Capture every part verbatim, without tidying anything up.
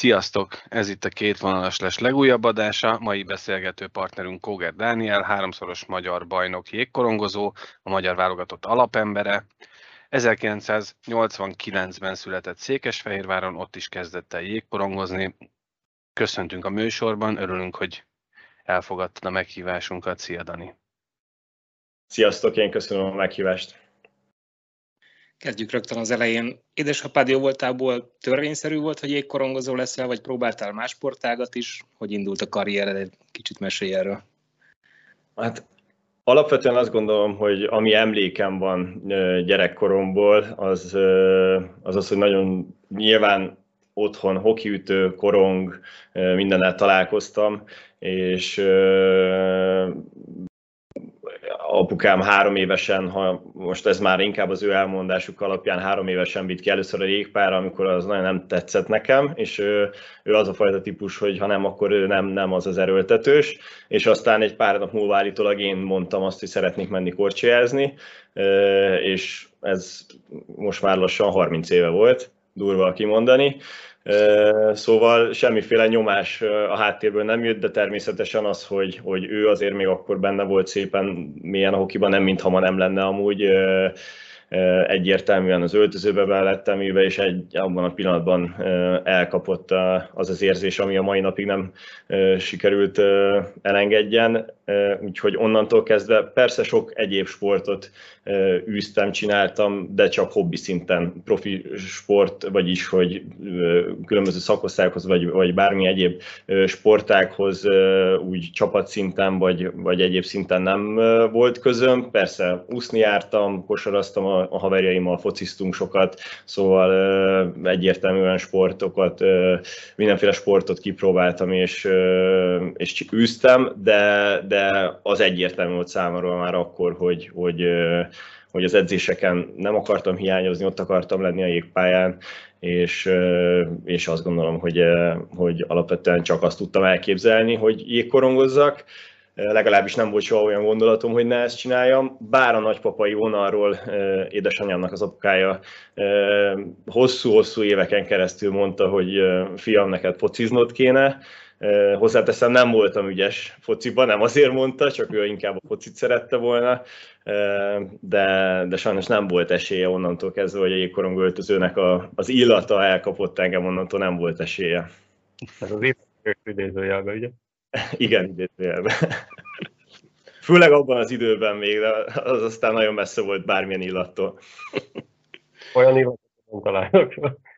Sziasztok! Ez itt a Kétvonalas Les legújabb adása. Mai beszélgető partnerünk Kóger Dániel, háromszoros magyar bajnok jégkorongozó, a magyar válogatott alapembere. ezerkilencszáznyolcvankilencben született Székesfehérváron, ott is kezdett el jégkorongozni. Köszöntünk a műsorban, örülünk, hogy elfogadtad a meghívásunkat. Szia, Dani! Sziasztok, én köszönöm a meghívást! Kezdjük rögtön az elején. Édesapád jó voltából törvényszerű volt, hogy jégkorongozó leszel, vagy próbáltál más sportágat is? Hogy indult a karriered? Egy kicsit mesélj erről. Hát alapvetően azt gondolom, hogy ami emlékem van gyerekkoromból, az az, az hogy nagyon nyilván otthon hokiütő, korong, mindennel találkoztam, és apukám három évesen, ha most ez már inkább az ő elmondásuk alapján, három évesen vitt ki először a jégpályára, amikor az nagyon nem tetszett nekem, és ő, ő az a fajta típus, hogy ha nem, akkor ő nem, nem az az erőltetős, és aztán egy pár nap múlva állítólag én mondtam azt, hogy szeretnék menni korcsolyázni, és ez most már lassan harminc éve volt, durva kimondani. Szóval semmiféle nyomás a háttérből nem jött, de természetesen az, hogy, hogy ő azért még akkor benne volt szépen mélyen a hokiban, nem mintha ma nem lenne amúgy, egyértelműen az öltözőbe be lettem ülve, és egy, abban a pillanatban elkapott az az érzés, ami a mai napig nem sikerült elengedjen. Úgyhogy onnantól kezdve persze sok egyéb sportot űztem, csináltam, de csak hobbi szinten, profi sport, vagyis hogy különböző szakosztályokhoz, vagy, vagy bármi egyéb sportákhoz úgy csapatszinten, vagy, vagy egyéb szinten nem volt közöm. Persze úszni jártam, kosaraztam a, a haverjaimmal, fociztunk sokat, szóval egyértelműen sportokat, mindenféle sportot kipróbáltam és, és űztem, de, de de az egyértelmű volt számomra már akkor, hogy, hogy, hogy az edzéseken nem akartam hiányozni, ott akartam lenni a jégpályán, és, és azt gondolom, hogy, hogy alapvetően csak azt tudtam elképzelni, hogy jégkorongozzak. Legalábbis nem volt soha olyan gondolatom, hogy ne ezt csináljam, bár a nagypapai vonalról édesanyámnak az apukája hosszú-hosszú éveken keresztül mondta, hogy fiam, neked fociznod kéne. Hozzáteszem, nem voltam ügyes fociban, nem azért mondta, csak ő inkább a focit szerette volna, de, de sajnos nem volt esélye onnantól kezdve, hogy a jégkorong öltözőnek a, az illata elkapott engem, onnantól nem volt esélye. Ez az idézőjelben, ugye? Igen, idézőjelben. Főleg abban az időben még, de az aztán nagyon messze volt bármilyen illattól. Olyan illatot nem találnak.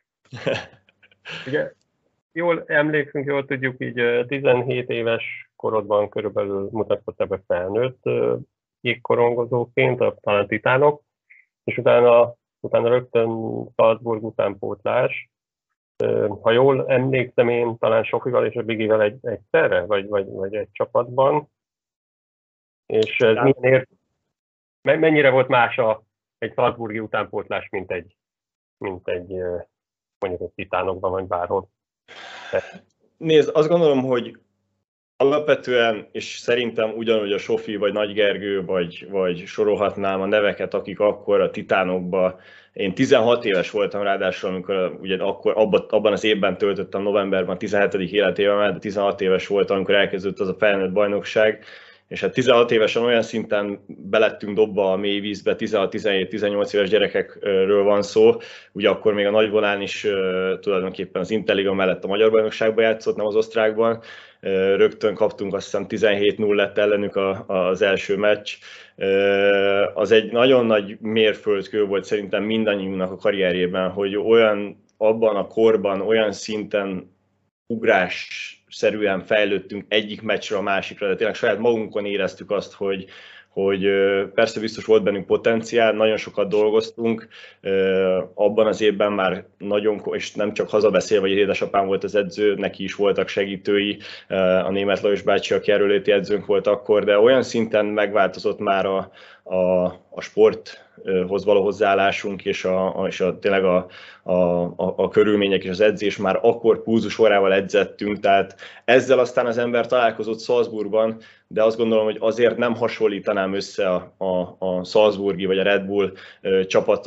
Ugye, jól emlékszünk, jól tudjuk, így tizenhét éves korodban körülbelül mutatkottál be felnőtt jégkorongozóként, talán Titánok, és utána, utána rögtön Salzburg utánpótlás. Ha jól emlékszem, én talán Sofival és a Bigivel egy, egyszerre, vagy, vagy, vagy egy csapatban. És ez milyen ér... mennyire volt más a, egy Salzburgi utánpótlás, mint egy, mint egy mondjuk egy Titánokban, vagy bárhol? Nézd, azt gondolom, hogy alapvetően, és szerintem ugyanúgy a Sofi, vagy Nagy Gergő, vagy, vagy sorolhatnám a neveket, akik akkor a Titánokban, én tizenhat éves voltam ráadásul, amikor ugye akkor abban, abban az évben töltöttem novemberben a tizenhetedik életévemet, de tizenhat éves voltam, amikor elkezdődött az a felnőtt bajnokság, és hát tizenhat évesen olyan szinten belettünk dobva a mély vízbe, tizenhat, tizenhét, tizennyolc éves gyerekekről van szó, ugye akkor még a nagyvonán is tulajdonképpen az Interliga mellett a magyar bajnokságban játszott, nem az osztrákban. Rögtön kaptunk, azt hiszem tizenhét null lett ellenük a, az első meccs. Az egy nagyon nagy mérföldkő volt szerintem mindannyiunknak a karrierjében, hogy olyan abban a korban, olyan szinten ugrásszerűen fejlődtünk egyik meccsről a másikra, de tényleg saját magunkon éreztük azt, hogy, hogy persze biztos volt bennünk potenciál, nagyon sokat dolgoztunk, abban az évben már nagyon, és nem csak hazabeszél, vagy édesapám volt az edző, neki is voltak segítői, a Németh Lajos bácsi, aki erőléti edzőnk volt akkor, de olyan szinten megváltozott már a, a, a sporthoz való hozzáállásunk, és, a, a, és a, tényleg a, a, a, a körülmények és az edzés már akkor pulzus órával edzettünk, tehát ezzel aztán az ember találkozott Salzburgban, de azt gondolom, hogy azért nem hasonlítanám össze a, a, a Salzburgi vagy a Red Bull csapatot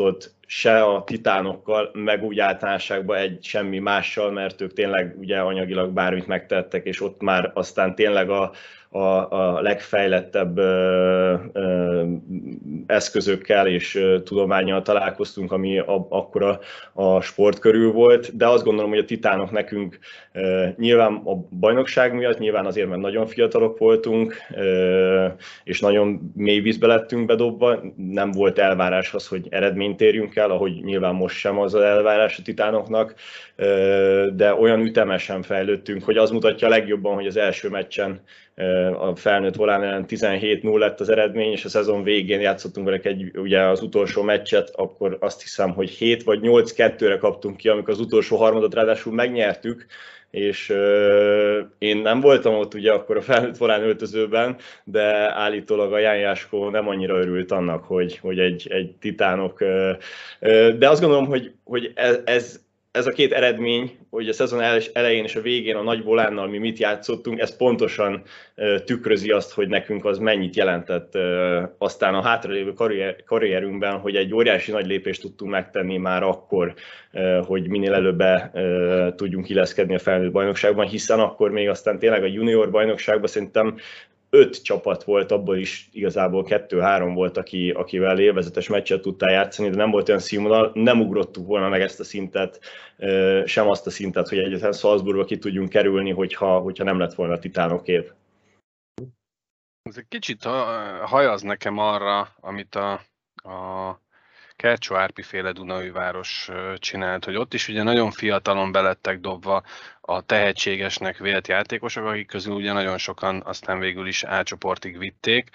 se a titánokkal, meg úgy általánosságban egy semmi mással, mert ők tényleg ugye anyagilag bármit megtettek, és ott már aztán tényleg a, a, a legfejlettebb ö, ö, eszközökkel és ö, tudománnyal találkoztunk, ami a, akkor a, a sport körül volt, de azt gondolom, hogy a titánok nekünk ö, nyilván a bajnokság miatt, nyilván azért, mert nagyon fiatalok voltunk, ö, és nagyon mély vízbe lettünk bedobva, nem volt elvárás az, hogy eredményt érjünk el, ahogy nyilván most sem az az elvárás a titánoknak, de olyan ütemesen fejlődtünk, hogy az mutatja a legjobban, hogy az első meccsen a felnőtt volán ellen tizenhét null lett az eredmény, és a szezon végén játszottunk velük egy, ugye az utolsó meccset, akkor azt hiszem, hogy hét vagy nyolc kettőre kaptunk ki, amikor az utolsó harmadot ráadásul megnyertük, és euh, én nem voltam ott ugye akkor a felnőtt volán öltözőben, de állítólag a Ján Jáskó nem annyira örült annak, hogy, hogy egy, egy titánok, euh, de azt gondolom, hogy, hogy ez, ez Ez a két eredmény, hogy a szezon elején és a végén a nagy volánnal mi mit játszottunk, ez pontosan tükrözi azt, hogy nekünk az mennyit jelentett aztán a hátralévő karrier, karrierünkben, hogy egy óriási nagy lépést tudtunk megtenni már akkor, hogy minél előbb tudjunk illeszkedni a felnőtt bajnokságban, hiszen akkor még aztán tényleg a junior bajnokságban szerintem öt csapat volt, abból is igazából kettő-három volt, aki, akivel élvezetes meccset tudtál játszani, de nem volt olyan színvonal, nem ugrottuk volna meg ezt a szintet, sem azt a szintet, hogy egyáltalán Salzburgba ki tudjunk kerülni, hogyha, hogyha nem lett volna a titánok év. Ez egy kicsit hajaz nekem arra, amit a, a Kercsó Árpi féle Dunaújváros csinált, hogy ott is ugye nagyon fiatalon belettek dobva a tehetségesnek vélt játékosok, akik közül ugye nagyon sokan aztán végül is A csoportig vitték.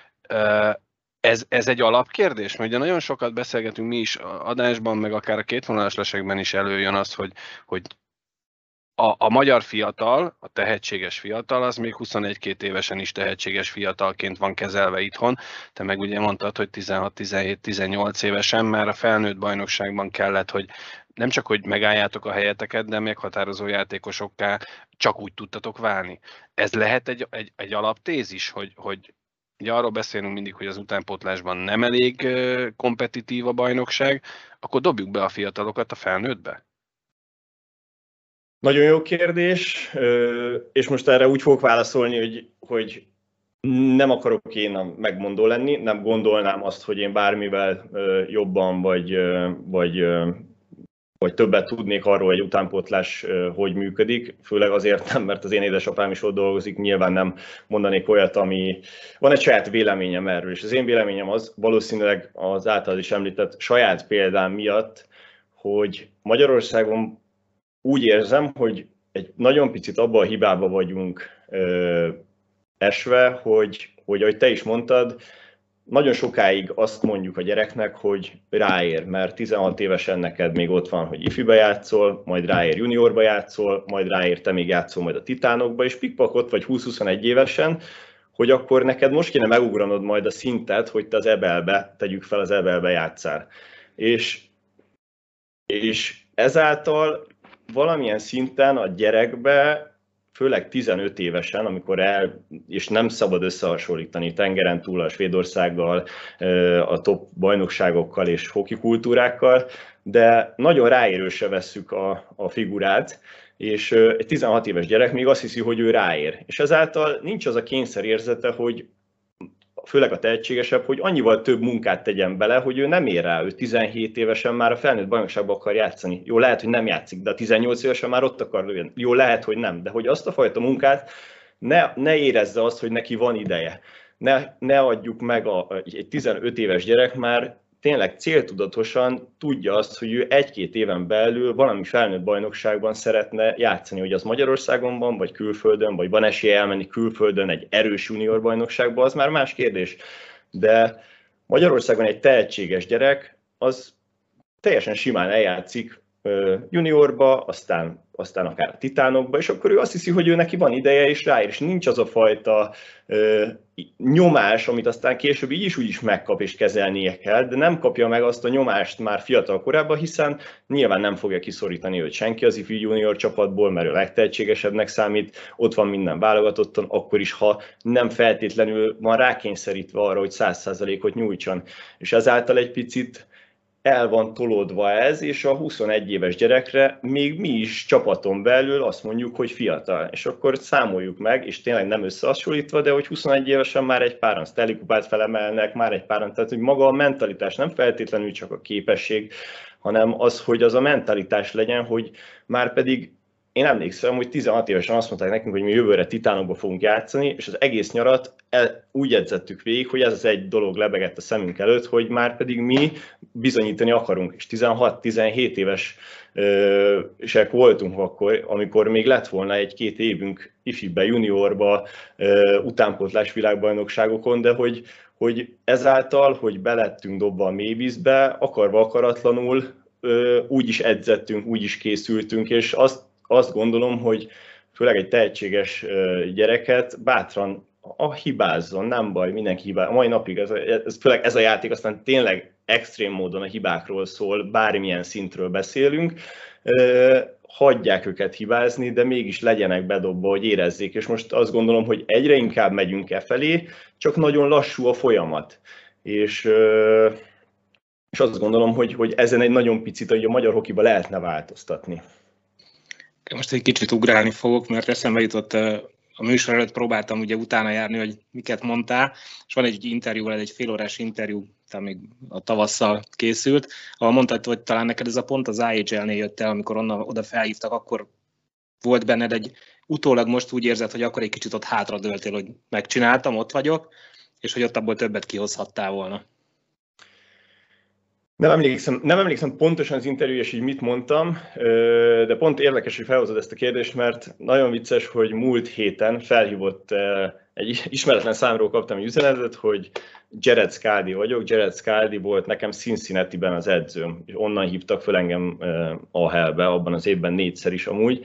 Ez, ez egy alapkérdés, mert ugye nagyon sokat beszélgetünk mi is adásban, meg akár a kétvonalas lesekben is előjön az, hogy, hogy a, a magyar fiatal, a tehetséges fiatal, az még huszonegy-két évesen is tehetséges fiatalként van kezelve itthon. Te meg ugye mondtad, hogy tizenhat, tizenhét, tizennyolc évesen már a felnőtt bajnokságban kellett, hogy nem csak, hogy megálljátok a helyeteket, de meghatározó játékosokká csak úgy tudtatok válni. Ez lehet egy, egy, egy alaptézis, hogy, hogy ugye arról beszélünk mindig, hogy az utánpótlásban nem elég kompetitív a bajnokság, akkor dobjuk be a fiatalokat a felnőttbe? Nagyon jó kérdés, és most erre úgy fogok válaszolni, hogy, hogy nem akarok én megmondó lenni, nem gondolnám azt, hogy én bármivel jobban vagy, vagy, vagy többet tudnék arról, hogy utánpótlás hogy működik, főleg azért nem, mert az én édesapám is ott dolgozik, nyilván nem mondanék olyat, ami... Van egy saját véleményem erről, és az én véleményem az valószínűleg az általad is említett saját példám miatt, hogy Magyarországon úgy érzem, hogy egy nagyon picit abba a hibába vagyunk ö, esve, hogy, hogy ahogy te is mondtad, nagyon sokáig azt mondjuk a gyereknek, hogy ráér, mert tizenhat évesen neked még ott van, hogy ifibe játszol, majd ráér juniorba játszol, majd ráér te még játszol majd a titánokba, és pikpak ott vagy húsz-huszonegy évesen, hogy akkor neked most kéne megugranod majd a szintet, hogy te az ebelbe, tegyük fel az ebelbe játszál. És, és ezáltal valamilyen szinten a gyerekbe, főleg tizenöt évesen, amikor el, és nem szabad összehasonlítani tengeren túl a Svédországgal, a top bajnokságokkal és hoki kultúrákkal, de nagyon ráérősre vesszük a, a figurát, és egy tizenhat éves gyerek még azt hiszi, hogy ő ráér. És ezáltal nincs az a kényszerérzete, hogy főleg a tehetségesebb, hogy annyival több munkát tegyen bele, hogy ő nem ér rá, ő tizenhét évesen már a felnőtt bajnokságban akar játszani. Jó, lehet, hogy nem játszik, de a tizennyolc évesen már ott akar lőni. Jó, lehet, hogy nem, de hogy azt a fajta munkát ne, ne érezze azt, hogy neki van ideje. Ne, ne adjuk meg a, egy tizenöt éves gyerek már tényleg céltudatosan tudja azt, hogy ő egy-két éven belül valami felnőtt bajnokságban szeretne játszani, hogy az Magyarországon van, vagy külföldön, vagy van esélye elmenni külföldön egy erős junior bajnokságba, az már más kérdés. De Magyarországon egy tehetséges gyerek, az teljesen simán eljátszik juniorba, aztán, aztán akár a titánokba, és akkor ő azt hiszi, hogy ő neki van ideje, és ráér, és nincs az a fajta ö, nyomás, amit aztán később így is úgy is megkap és kezelnie kell, de nem kapja meg azt a nyomást már fiatal korában, hiszen nyilván nem fogja kiszorítani őt senki az ifi junior csapatból, mert ő legtehetségesebbnek számít, ott van minden válogatottan, akkor is, ha nem feltétlenül van rákényszerítve arra, hogy száz százalékot nyújtson. És ezáltal egy picit el van tolódva ez, és a huszonegy éves gyerekre még mi is csapaton belül azt mondjuk, hogy fiatal. És akkor számoljuk meg, és tényleg nem összehasonlítva, de hogy huszonegy évesen már egy páran Stanley Kupát felemelnek, már egy páran, tehát hogy maga a mentalitás nem feltétlenül csak a képesség, hanem az, hogy az a mentalitás legyen, hogy már pedig én emlékszem, hogy tizenhat évesen azt mondták nekünk, hogy mi jövőre Titánokba fogunk játszani, és az egész nyarat el, úgy edzettük végig, hogy ez az egy dolog lebegett a szemünk előtt, hogy már pedig mi bizonyítani akarunk. És tizenhat-tizenhét évesek voltunk akkor, amikor még lett volna egy-két évünk ifibe, juniorba, utánpótlás világbajnokságokon, de hogy, hogy ezáltal, hogy belettünk dobva a mélyvízbe, akarva akaratlanul úgy is edzettünk, úgy is készültünk, és azt Azt gondolom, hogy főleg egy tehetséges gyereket bátran a hibázzon, nem baj, mindenki hibáz. A mai napig ez, ez, főleg ez a játék aztán tényleg extrém módon a hibákról szól, bármilyen szintről beszélünk. Hagyják őket hibázni, de mégis legyenek bedobva, hogy érezzék. És most azt gondolom, hogy egyre inkább megyünk e felé, csak nagyon lassú a folyamat. És, és azt gondolom, hogy, hogy ezen egy nagyon picit, hogy a magyar hokiba lehetne változtatni. Most egy kicsit ugrálni fogok, mert eszembe jutott, a műsor előtt próbáltam ugye utána járni, hogy miket mondtál, és van egy interjú, egy félórás interjú, talán még a tavasszal készült, ahol mondtad, hogy talán neked ez a pont az I H L-nél jött el, amikor onnan oda felhívtak, akkor volt benned egy, utólag most úgy érzed, hogy akkor egy kicsit ott hátradőltél, hogy megcsináltam, ott vagyok, és hogy ott abból többet kihozhattál volna. Nem emlékszem, nem emlékszem pontosan az interjú, és így mit mondtam, de pont érdekes, hogy felhozod ezt a kérdést, mert nagyon vicces, hogy múlt héten felhívott, egy ismeretlen számról kaptam egy üzenetet, hogy Jared Scaldi vagyok. Jared Scaldi volt nekem Cincinnati-ben az edzőm, és onnan hívtak föl engem á há el-be, abban az évben négyszer is amúgy.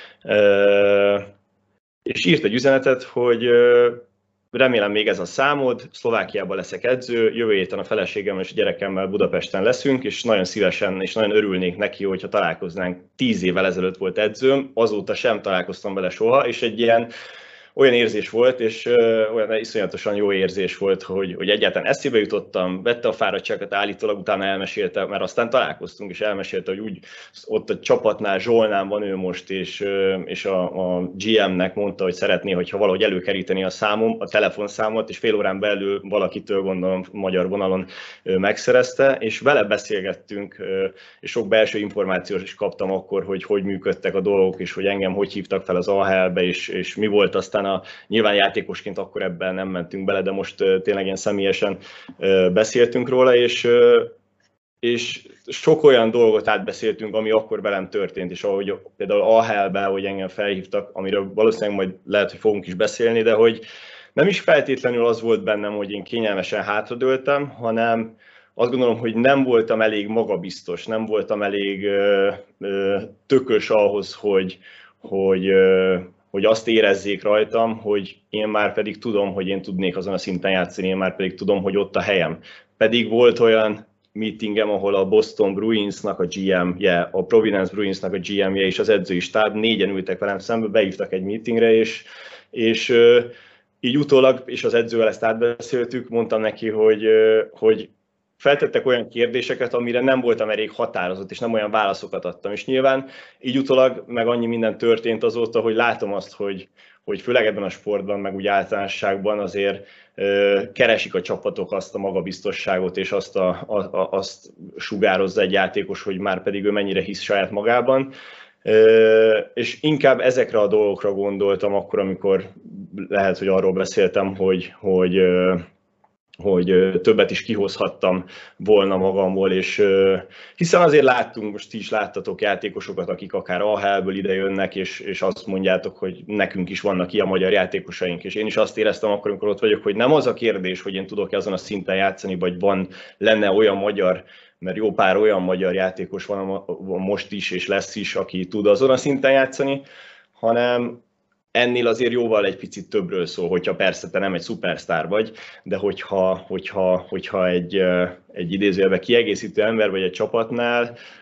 És írt egy üzenetet, hogy remélem még ez a számod, Szlovákiában leszek edző, jövő héten a feleségemmel és a gyerekemmel Budapesten leszünk, és nagyon szívesen és nagyon örülnék neki, hogyha találkoznánk. Tíz évvel ezelőtt volt edzőm, azóta sem találkoztam vele soha, és egy ilyen olyan érzés volt, és olyan iszonyatosan jó érzés volt, hogy, hogy egyáltalán eszébe jutottam, vette a fáradtságot, állítólag utána elmesélte, mert aztán találkoztunk, és elmesélte, hogy úgy ott a csapatnál Zsolnán van ő most, és, és a, a gé em-nek mondta, hogy szeretné, hogyha valahogy előkeríteni a számom, a telefonszámot, és fél órán belül valakitől, gondolom, magyar vonalon megszerezte, és vele beszélgettünk, és sok belső információt is kaptam akkor, hogy hogy működtek a dolgok, és hogy engem hogy hívtak fel az á há el-be, és, és mi volt aztán a, nyilván játékosként akkor ebben nem mentünk bele, de most uh, tényleg ilyen személyesen uh, beszéltünk róla, és, uh, és sok olyan dolgot átbeszéltünk, ami akkor velem történt, és ahogy például á há el-be, hogy engem felhívtak, amiről valószínűleg majd lehet, hogy fogunk is beszélni, de hogy nem is feltétlenül az volt bennem, hogy én kényelmesen hátradőltem, hanem azt gondolom, hogy nem voltam elég magabiztos, nem voltam elég uh, uh, tökös ahhoz, hogy, hogy uh, hogy azt érezzék rajtam, hogy én már pedig tudom, hogy én tudnék azon a szinten játszani, én már pedig tudom, hogy ott a helyem. Pedig volt olyan meetingem, ahol a Boston Bruinsnak a gé em-je, a Providence Bruinsnak a gé em-je és az edzői stáb, négyen ültek velem szembe, beívtak egy meetingre, és, és így utólag, és az edzővel ezt átbeszéltük, mondtam neki, hogy, hogy feltettek olyan kérdéseket, amire nem voltam elég határozott, és nem olyan válaszokat adtam. És nyilván így utólag meg annyi minden történt azóta, hogy látom azt, hogy, hogy főleg ebben a sportban, meg úgy általánosságban azért ö, keresik a csapatok azt a magabiztosságot, és azt, a, a, azt sugározza egy játékos, hogy már pedig ő mennyire hisz saját magában. Ö, és inkább ezekre a dolgokra gondoltam akkor, amikor lehet, hogy arról beszéltem, hogy, hogy ö, hogy többet is kihozhattam volna magamból, és hiszen azért láttunk, most ti is láttatok játékosokat, akik akár á há el-ből ide jönnek, és, és azt mondjátok, hogy nekünk is vannak ilyen magyar játékosaink, és én is azt éreztem akkor, amikor ott vagyok, hogy nem az a kérdés, hogy én tudok-e azon a szinten játszani, vagy van, lenne olyan magyar, mert jó pár olyan magyar játékos van most is, és lesz is, aki tud azon a szinten játszani, hanem ennél azért jóval egy picit többről szól, hogyha persze te nem egy szupersztár vagy, de hogyha, hogyha, hogyha egy, egy idézőjelben kiegészítő ember vagy egy csapatnál,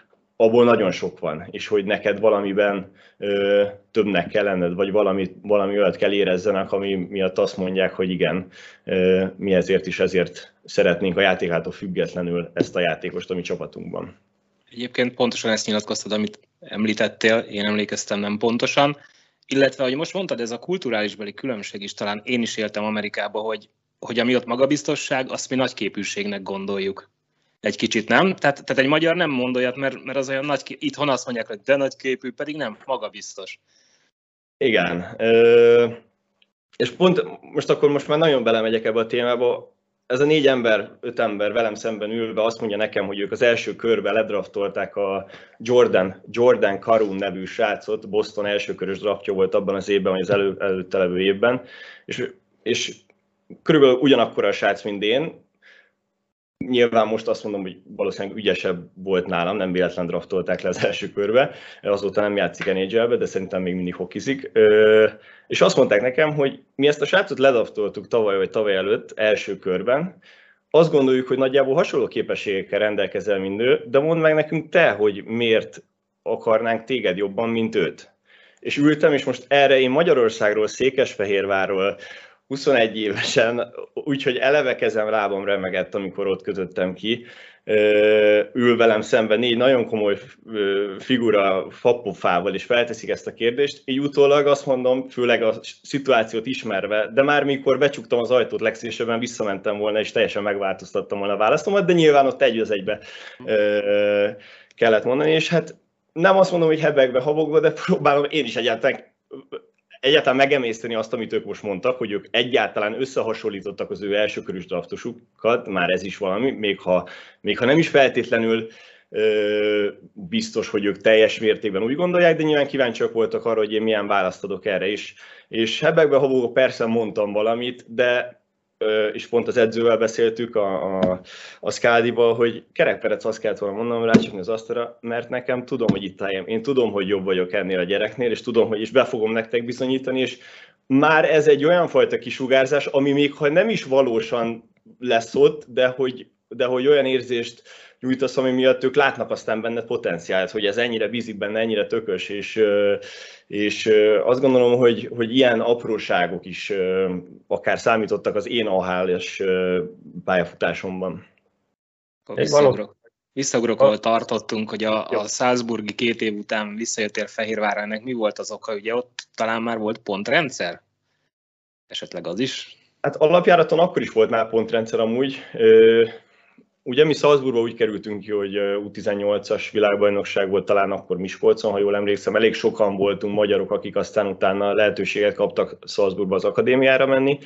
abból nagyon sok van, és hogy neked valamiben ö, többnek kell lenned, vagy valami, valami olyat kell érezzenek, ami miatt azt mondják, hogy igen, ö, mi ezért is ezért szeretnénk a játékától függetlenül ezt a játékost a mi csapatunkban. Egyébként pontosan ezt nyilatkoztad, amit említettél, én emlékeztem nem pontosan, illetve, ahogy most mondtad, ez a kulturálisbeli különbség is, talán én is éltem Amerikába, hogy, hogy ami ott magabiztosság, azt mi nagyképűségnek gondoljuk. Egy kicsit nem? Tehát, tehát egy magyar nem mond olyat, mert, mert az olyan nagy, itthon azt mondják, hogy de nagyképű, pedig nem, magabiztos. Igen. Ö, és pont most akkor most már nagyon belemegyek ebbe a témába. Ez a négy ember, öt ember velem szemben ülve azt mondja nekem, hogy ők az első körben ledraftolták a Jordan, Jordan Carew nevű srácot, Boston elsőkörös draftja volt abban az évben, vagy az elő, előtte levő évben, és, és körülbelül ugyanakkor a srác, mint én. Nyilván most azt mondom, hogy valószínűleg ügyesebb volt nálam, nem véletlen draftolták le az első körbe, azóta nem játszik en há el-be, de szerintem még mindig hokizik. És azt mondták nekem, hogy mi ezt a srácot ledraftoltuk tavaly vagy tavaly előtt első körben, azt gondoljuk, hogy nagyjából hasonló képességekkel rendelkezel, mint ő, de mondd meg nekünk te, hogy miért akarnánk téged jobban, mint őt. És ültem, és most erre én Magyarországról, Székesfehérvárról, huszonegy évesen, úgyhogy eleve kezem lábam remegett, amikor ott kötöttem ki. Ül velem szemben négy nagyon komoly figura fappofával, és felteszik ezt a kérdést. Így utólag azt mondom, főleg a szituációt ismerve, de már mikor becsuktam az ajtót, legszívesebben visszamentem volna, és teljesen megváltoztattam volna a választomat, de nyilván ott egy az egybe kellett mondani, és hát nem azt mondom, hogy hebegve, habogva, de próbálom én is egyáltalán egyáltalán megemészteni azt, amit ők most mondtak, hogy ők egyáltalán összehasonlítottak az ő elsőkörös draftosukat, már ez is valami, még ha, még ha nem is feltétlenül ö, biztos, hogy ők teljes mértékben úgy gondolják, de nyilván kíváncsiak voltak arra, hogy én milyen választ adok erre is. És hebegve, habogva persze mondtam valamit, de és pont az edzővel beszéltük a, a, a Szkádiba, hogy Kerekperec azt kellett volna mondanom, rácsapni az asztalra, mert nekem tudom, hogy itt helyem. Én tudom, hogy jobb vagyok ennél a gyereknél, és tudom, hogy is be fogom nektek bizonyítani, és már ez egy olyan fajta kisugárzás, ami még ha nem is valósan lesz ott, de hogy, de hogy olyan érzést nyújtasz, ami miatt ők látnak aztán benne potenciált, hogy ez ennyire bízik benne, ennyire tökös, és, és azt gondolom, hogy, hogy ilyen apróságok is akár számítottak az én á há el-es pályafutásomban. Visszaugrok, visszaugrok ahol tartottunk, hogy a, a Salzburgi két év után visszajöttél Fehérvárra, ennek mi volt az oka? Ugye ott talán már volt pontrendszer? Esetleg az is? Hát alapjáraton akkor is volt már pontrendszer amúgy. Ugye mi Salzburgba úgy kerültünk ki, hogy U tizennyolcas világbajnokság volt talán akkor Miskolcon, ha jól emlékszem. Elég sokan voltunk magyarok, akik aztán utána lehetőséget kaptak Salzburgba az akadémiára menni,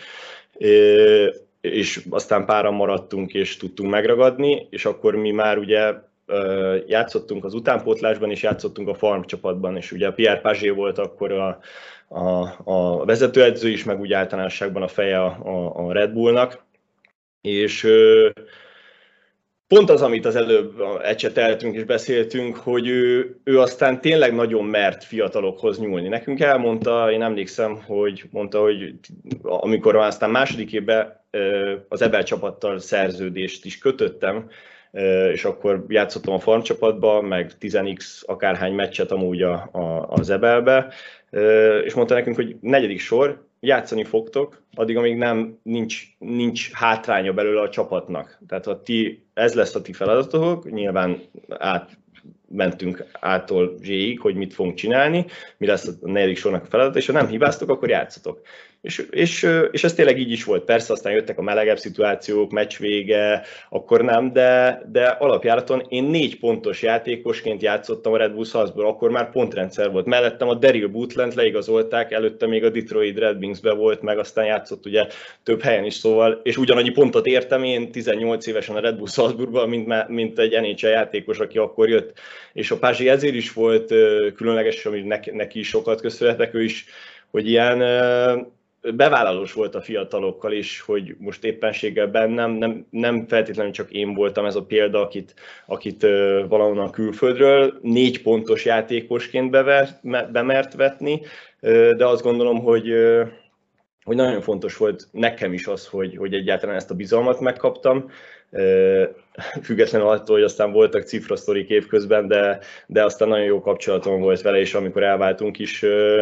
és aztán páran maradtunk és tudtunk megragadni, és akkor mi már ugye játszottunk az utánpótlásban, és játszottunk a farm csapatban, és ugye Pierre Pagé volt akkor a, a, a vezetőedző is, meg úgy általánosságban a feje a, a, a Red Bullnak, és pont az, amit az előbb ecseteltünk és beszéltünk, hogy ő, ő aztán tényleg nagyon mert fiatalokhoz nyúlni. Nekünk elmondta, én emlékszem, hogy mondta, hogy amikor aztán második évben az Ebel csapattal szerződést is kötöttem, és akkor játszottam a farm csapatba, meg tíz x akárhány meccset amúgy a, a, az Ebelbe, és mondta nekünk, hogy negyedik sor, játszani fogtok, addig, amíg nem, nincs, nincs hátránya belőle a csapatnak. Tehát ha ti, ez lesz a ti feladatotok, nyilván átmentünk ától zséig, hogy mit fogunk csinálni, mi lesz a negyedik sornak a feladat, és ha nem hibáztok, akkor játszatok. És, és, és ez tényleg így is volt. Persze aztán jöttek a melegebb szituációk, meccs vége, akkor nem, de, de alapjáraton én négy pontos játékosként játszottam a Red Bull Salzburg, akkor már pontrendszer volt. Mellettem a Daryl Butland leigazolták, előtte még a Detroit Red Wingsbe volt, meg aztán játszott ugye több helyen is, szóval, és ugyanannyi pontot értem én tizennyolc évesen a Red Bull Salzburgban, mint, mint egy en há el játékos, aki akkor jött. És a Pázsi ezért is volt különleges, ami neki, neki is sokat köszönhetek, ő is, hogy ilyen bevállalós volt a fiatalokkal is, hogy most éppenséggel bennem, nem, nem feltétlenül csak én voltam ez a példa, akit, akit valahonnan külföldről négy pontos játékosként bevert, bemert vetni, de azt gondolom, hogy, hogy nagyon fontos volt nekem is az, hogy, hogy egyáltalán ezt a bizalmat megkaptam, függetlenül attól, hogy aztán voltak cifrasztorik évközben, de, de aztán nagyon jó kapcsolatom volt vele, és amikor elváltunk is,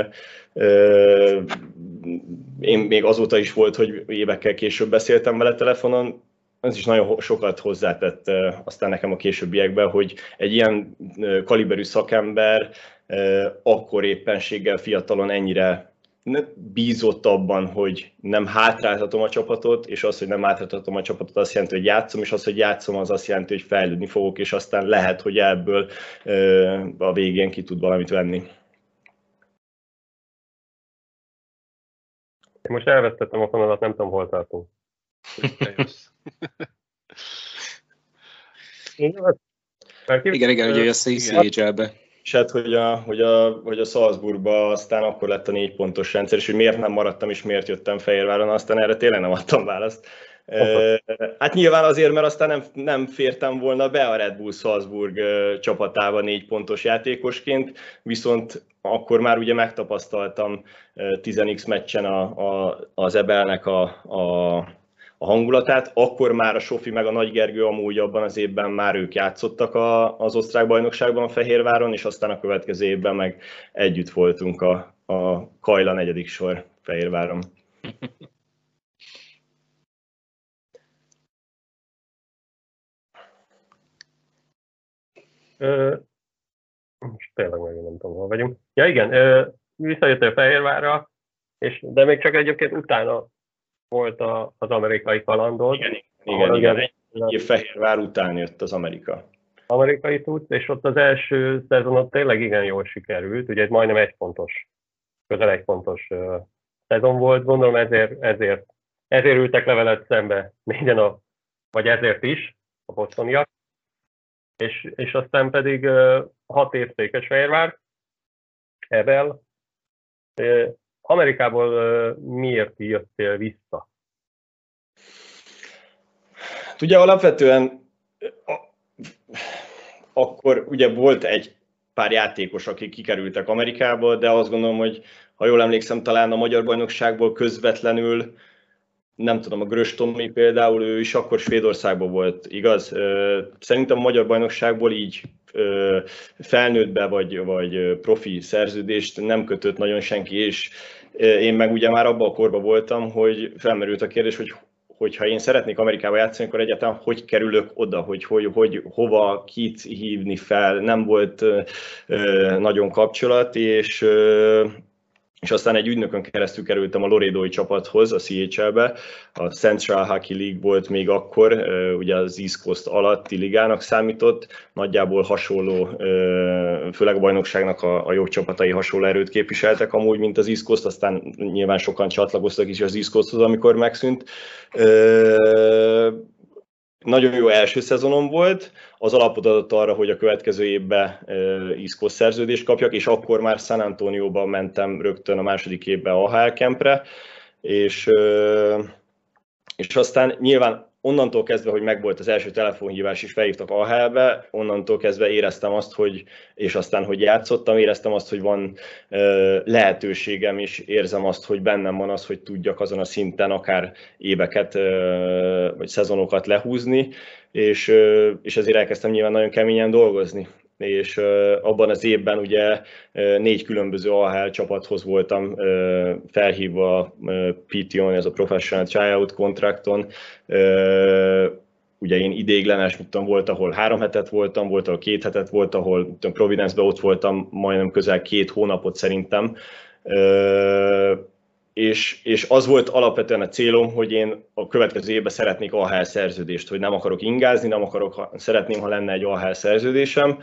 én még azóta is volt, hogy évekkel később beszéltem vele telefonon, ez is nagyon sokat hozzátett aztán nekem a későbbiekben, hogy egy ilyen kaliberű szakember akkor éppenséggel fiatalon ennyire bízott abban, hogy nem hátráltatom a csapatot, és az, hogy nem hátráltatom a csapatot, azt jelenti, hogy játszom, és az, hogy játszom, az azt jelenti, hogy fejlődni fogok, és aztán lehet, hogy ebből a végén ki tud valamit venni. Én most elvesztettem a fonalat, nem tudom, hol tartunk. Igen, igen, ugye jössz a I C H L-be. És hát, hogy a, hogy a, hogy a Salzburgba aztán akkor lett a négy pontos rendszer, és hogy miért nem maradtam, és miért jöttem Fehérváron, aztán erre tényleg nem adtam választ. E, hát nyilván azért, mert aztán nem, nem fértem volna be a Red Bull Salzburg csapatába négy pontos játékosként, viszont akkor már ugye megtapasztaltam tíz x meccsen a, a, az Ebelnek a, a a hangulatát, akkor már a Sofi meg a Nagy Gergő amúgy abban az évben már ők játszottak a, az osztrák bajnokságban a Fehérváron, és aztán a következő évben meg együtt voltunk a, a Kajla negyedik sor Fehérváron. Most tényleg meg nem tudom, hol vagyunk. Ja igen, visszajöttél Fehérvárra, és, de még csak egyébként utána volt a, az amerikai kalandod. Igen, igen, igen. Egy év Fehérvár után jött az Amerika. Amerikai tudsz, és ott az első szezonot tényleg igen jól sikerült, ugye ez majdnem egy pontos, közel egy pontos uh, szezon volt, gondolom ezért, ezért, ezért ültek le veled szembe négyen, a, vagy ezért is a bostoniak, és, és aztán pedig uh, hat év Székesfehérvár, Ebel. Uh, Amerikából uh, miért jöttél vissza? Ugye alapvetően a, akkor ugye volt egy pár játékos, akik kikerültek Amerikából, de azt gondolom, hogy ha jól emlékszem, talán a magyar bajnokságból közvetlenül, nem tudom, a Grös Tomi például, ő is akkor Svédországban volt, igaz? Szerintem a magyar bajnokságból így felnőttbe vagy, vagy profi szerződést nem kötött nagyon senki, és én meg ugye már abban a korban voltam, hogy felmerült a kérdés, hogy hogyha én szeretnék Amerikába játszani, akkor egyáltalán hogy kerülök oda, hogy, hogy, hogy hova, kit hívni fel, nem volt ö, nagyon kapcsolat, és, ö, és aztán egy ügynökön keresztül kerültem a Loredói csapathoz, a C H L-be, a Central Hockey League volt még akkor, ö, ugye az East Coast alatti ligának számított, nagyjából hasonló, ö, főleg a bajnokságnak a, a jobb csapatai hasonló erőt képviseltek amúgy, mint az East Coast, aztán nyilván sokan csatlakoztak is az East Coasthoz, amikor megszűnt. Ö, Nagyon jó első szezonom volt, az alapot adott arra, hogy a következő évben East Coast szerződést kapjak, és akkor már San Antonióba mentem rögtön a második évben a á há el Campre, és, és aztán nyilván onnantól kezdve, hogy megvolt az első telefonhívás, és felhívtak á há el-be, onnantól kezdve éreztem azt, hogy, és aztán, hogy játszottam, éreztem azt, hogy van ö, lehetőségem, és érzem azt, hogy bennem van az, hogy tudjak azon a szinten akár éveket, ö, vagy szezonokat lehúzni, és, ö, és ezért elkezdtem nyilván nagyon keményen dolgozni. És ö, abban az évben ugye ö, négy különböző á há el csapathoz voltam ö, felhívva ö, pé té on, ez a Professional Tryout kontrakton. Ö, ugye én ideiglenes, mit tudom, volt, ahol három hetet voltam, volt, ahol két hetet volt, ahol tudom, Providence-ben ott voltam majdnem közel két hónapot szerintem. Ö, És, és az volt alapvetően a célom, hogy én a következő évben szeretnék á há el szerződést, hogy nem akarok ingázni, nem akarok, szeretném, ha lenne egy á há el szerződésem.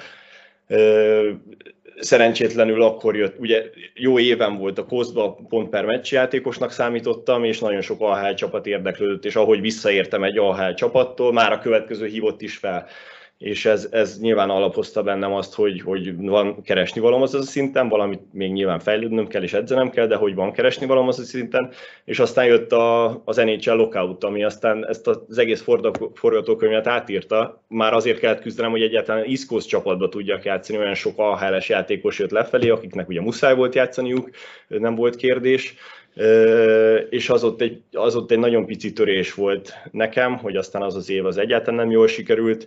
Szerencsétlenül akkor jött, ugye jó éven volt a Coastban, pont per meccsjátékosnak számítottam, és nagyon sok á há el csapat érdeklődött, és ahogy visszaértem egy á há el csapattól, már a következő hívott is fel. És ez, ez nyilván alapozta bennem azt, hogy, hogy van keresni valóm az a szinten, valamit még nyilván fejlődnöm kell és edzenem kell, de hogy van keresni valóm az a szinten, és aztán jött a, az en há el lockout, ami aztán ezt az egész forgatókönyvet átírta. Már azért kellett küzdenem, hogy egyáltalán East Coast csapatba tudjak játszani, olyan sok á há el-es játékos jött lefelé, akiknek ugye muszáj volt játszaniuk, nem volt kérdés, és az ott, egy, az ott egy nagyon pici törés volt nekem, hogy aztán az az év az egyáltalán nem jól sikerült,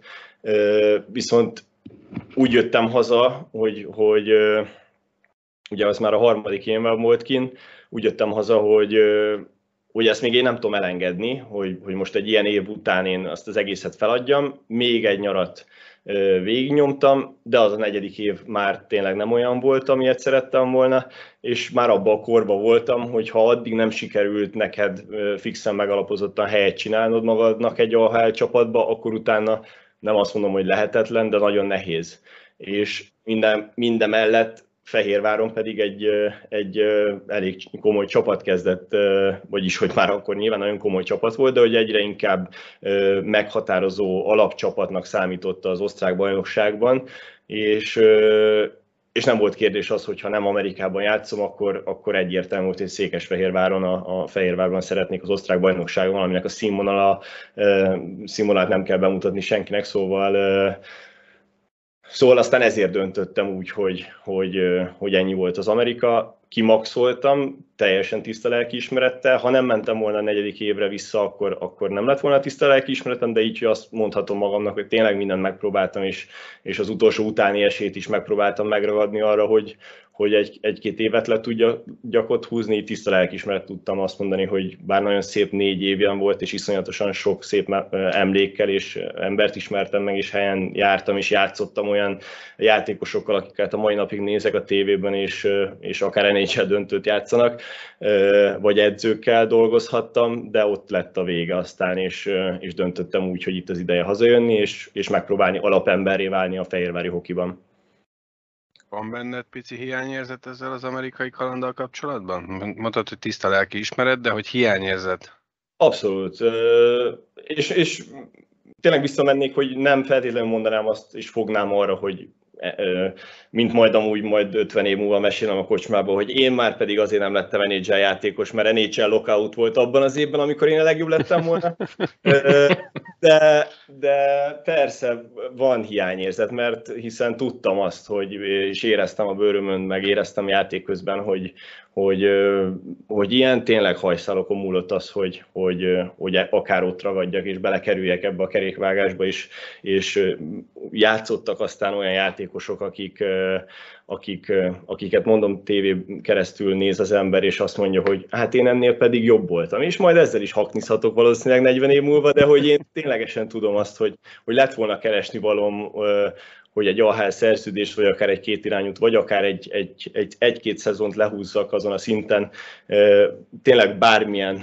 viszont úgy jöttem haza, hogy, hogy ugye az már a harmadik évben volt kint, úgy jöttem haza, hogy, hogy ezt még én nem tudom elengedni, hogy, hogy most egy ilyen év után én azt az egészet feladjam, még egy nyarat végignyomtam, de az a negyedik év már tényleg nem olyan volt, amilyet szerettem volna, és már abban a korban voltam, hogy ha addig nem sikerült neked fixen megalapozottan helyet csinálnod magadnak egy á há el csapatba, akkor utána nem azt mondom, hogy lehetetlen, de nagyon nehéz. És minden, minden mellett Fehérváron pedig egy, egy elég komoly csapat kezdett, vagyis hogy már akkor nyilván nagyon komoly csapat volt, de hogy egyre inkább meghatározó alapcsapatnak számította az osztrák bajnokságban, és, és nem volt kérdés az, hogy ha nem Amerikában játszom, akkor, akkor egyértelmű volt, hogy Székesfehérváron, a, a Fehérvárban szeretnék az osztrák bajnokságon, aminek a színvonala, színvonalát nem kell bemutatni senkinek, szóval Szóval aztán ezért döntöttem úgy, hogy, hogy, hogy ennyi volt az Amerika. Kimaxoltam, teljesen tiszta lelkiismerettel. Ha nem mentem volna a negyedik évre vissza, akkor, akkor nem lett volna tiszta lelkiismeretem, de így azt mondhatom magamnak, hogy tényleg mindent megpróbáltam, és, és az utolsó utáni esélyt is megpróbáltam megragadni arra, hogy, hogy egy, egy-két évet le tudjak ott húzni. Tiszta lelkiismeret tudtam azt mondani, hogy bár nagyon szép négy évben volt, és iszonyatosan sok szép emlékkel, és embert ismertem meg, és helyen jártam, és játszottam olyan játékosokkal, akiket a mai napig nézek a tévében, és, és akár en há el döntőt játszanak, vagy edzőkkel dolgozhattam, de ott lett a vége aztán, és, és döntöttem úgy, hogy itt az ideje hazajönni, és, és megpróbálni alapemberré válni a fehérvári hokiban. Van benned pici hiányérzet ezzel az amerikai kalanddal kapcsolatban? Mondtad, hogy tiszta lelki ismeret, de hogy hiányérzet? Abszolút. És, és tényleg visszamennék, hogy nem feltétlenül mondanám azt, és fognám arra, hogy mint majd amúgy majd ötven év múlva mesélem a kocsmában, hogy én már pedig azért nem lettem en há el játékos, mert en há el lockout volt abban az évben, amikor én a legjobb lettem volna. De, de persze van hiányérzet, mert hiszen tudtam azt, hogy, és éreztem a bőrömön, meg éreztem játék közben, hogy, hogy, hogy ilyen tényleg hajszálokon múlott az, hogy, hogy, hogy akár ott ragadjak, és belekerüljek ebbe a kerékvágásba, és, és játszottak aztán olyan játékosok, akik, akik, akiket mondom tévé keresztül néz az ember, és azt mondja, hogy hát én ennél pedig jobb voltam. És majd ezzel is haknizhatok valószínűleg negyven év múlva, de hogy én ténylegesen tudom azt, hogy, hogy lett volna keresni valóm, hogy egy á há el szerződést, vagy akár egy kétirányút, vagy akár egy, egy, egy, egy-két szezont lehúzzak azon a szinten, tényleg bármilyen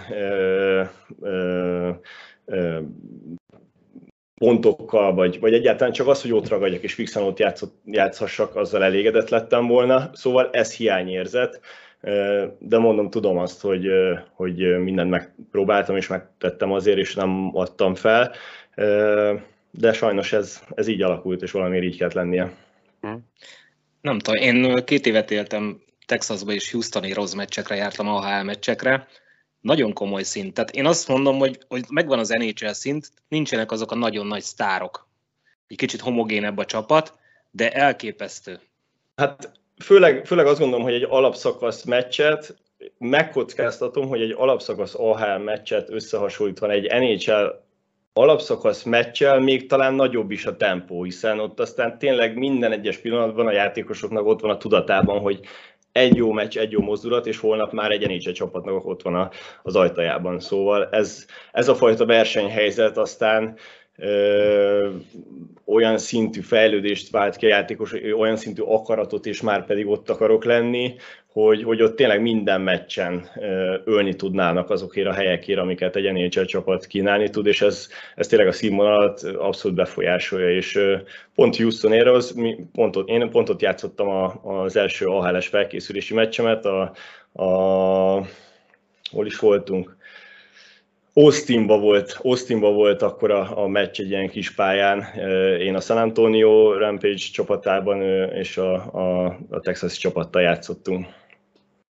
pontokkal, vagy, vagy egyáltalán csak az, hogy ott ragadjak és fixen ott játszott, játszhassak, azzal elégedett lettem volna. Szóval ez hiányérzet, de mondom, tudom azt, hogy, hogy mindent megpróbáltam és megtettem azért, és nem adtam fel, de sajnos ez, ez így alakult, és valamiért így kellett lennie. Nem tudom, én két évet éltem Texasba és Houstoni rossz meccsekre jártam, á há el meccsekre, nagyon komoly szint. Tehát én azt mondom, hogy, hogy megvan az en há el szint, nincsenek azok a nagyon nagy sztárok. Egy kicsit homogénebb a csapat, de elképesztő. Hát főleg, főleg azt gondolom, hogy egy alapszakasz meccset, megkockáztatom, hogy egy alapszakasz á há el meccset összehasonlítva egy en há el alapszakasz meccsel még talán nagyobb is a tempó, hiszen ott aztán tényleg minden egyes pillanatban a játékosoknak ott van a tudatában, hogy egy jó meccs, egy jó mozdulat, és holnap már egy en há el csapatnak ott van az ajtajában. Szóval ez, ez a fajta versenyhelyzet aztán ö, olyan szintű fejlődést vált ki a játékos, olyan szintű akaratot, és már pedig ott akarok lenni, hogy, hogy ott tényleg minden meccsen ö, ölni tudnának azokért a helyekért, amiket egy en há el csapat kínálni tud, és ez, ez tényleg a színvonalat abszolút befolyásolja, és ö, pont Houstonért az, pont ott, én pont ott játszottam a, az első á há el-es felkészülési meccsemet, a, a, hol is voltunk? Austinba volt, Austinba volt akkor a, a meccs egy ilyen kis pályán, én a San Antonio Rampage csapatában és a, a, a Texas csapattal játszottunk.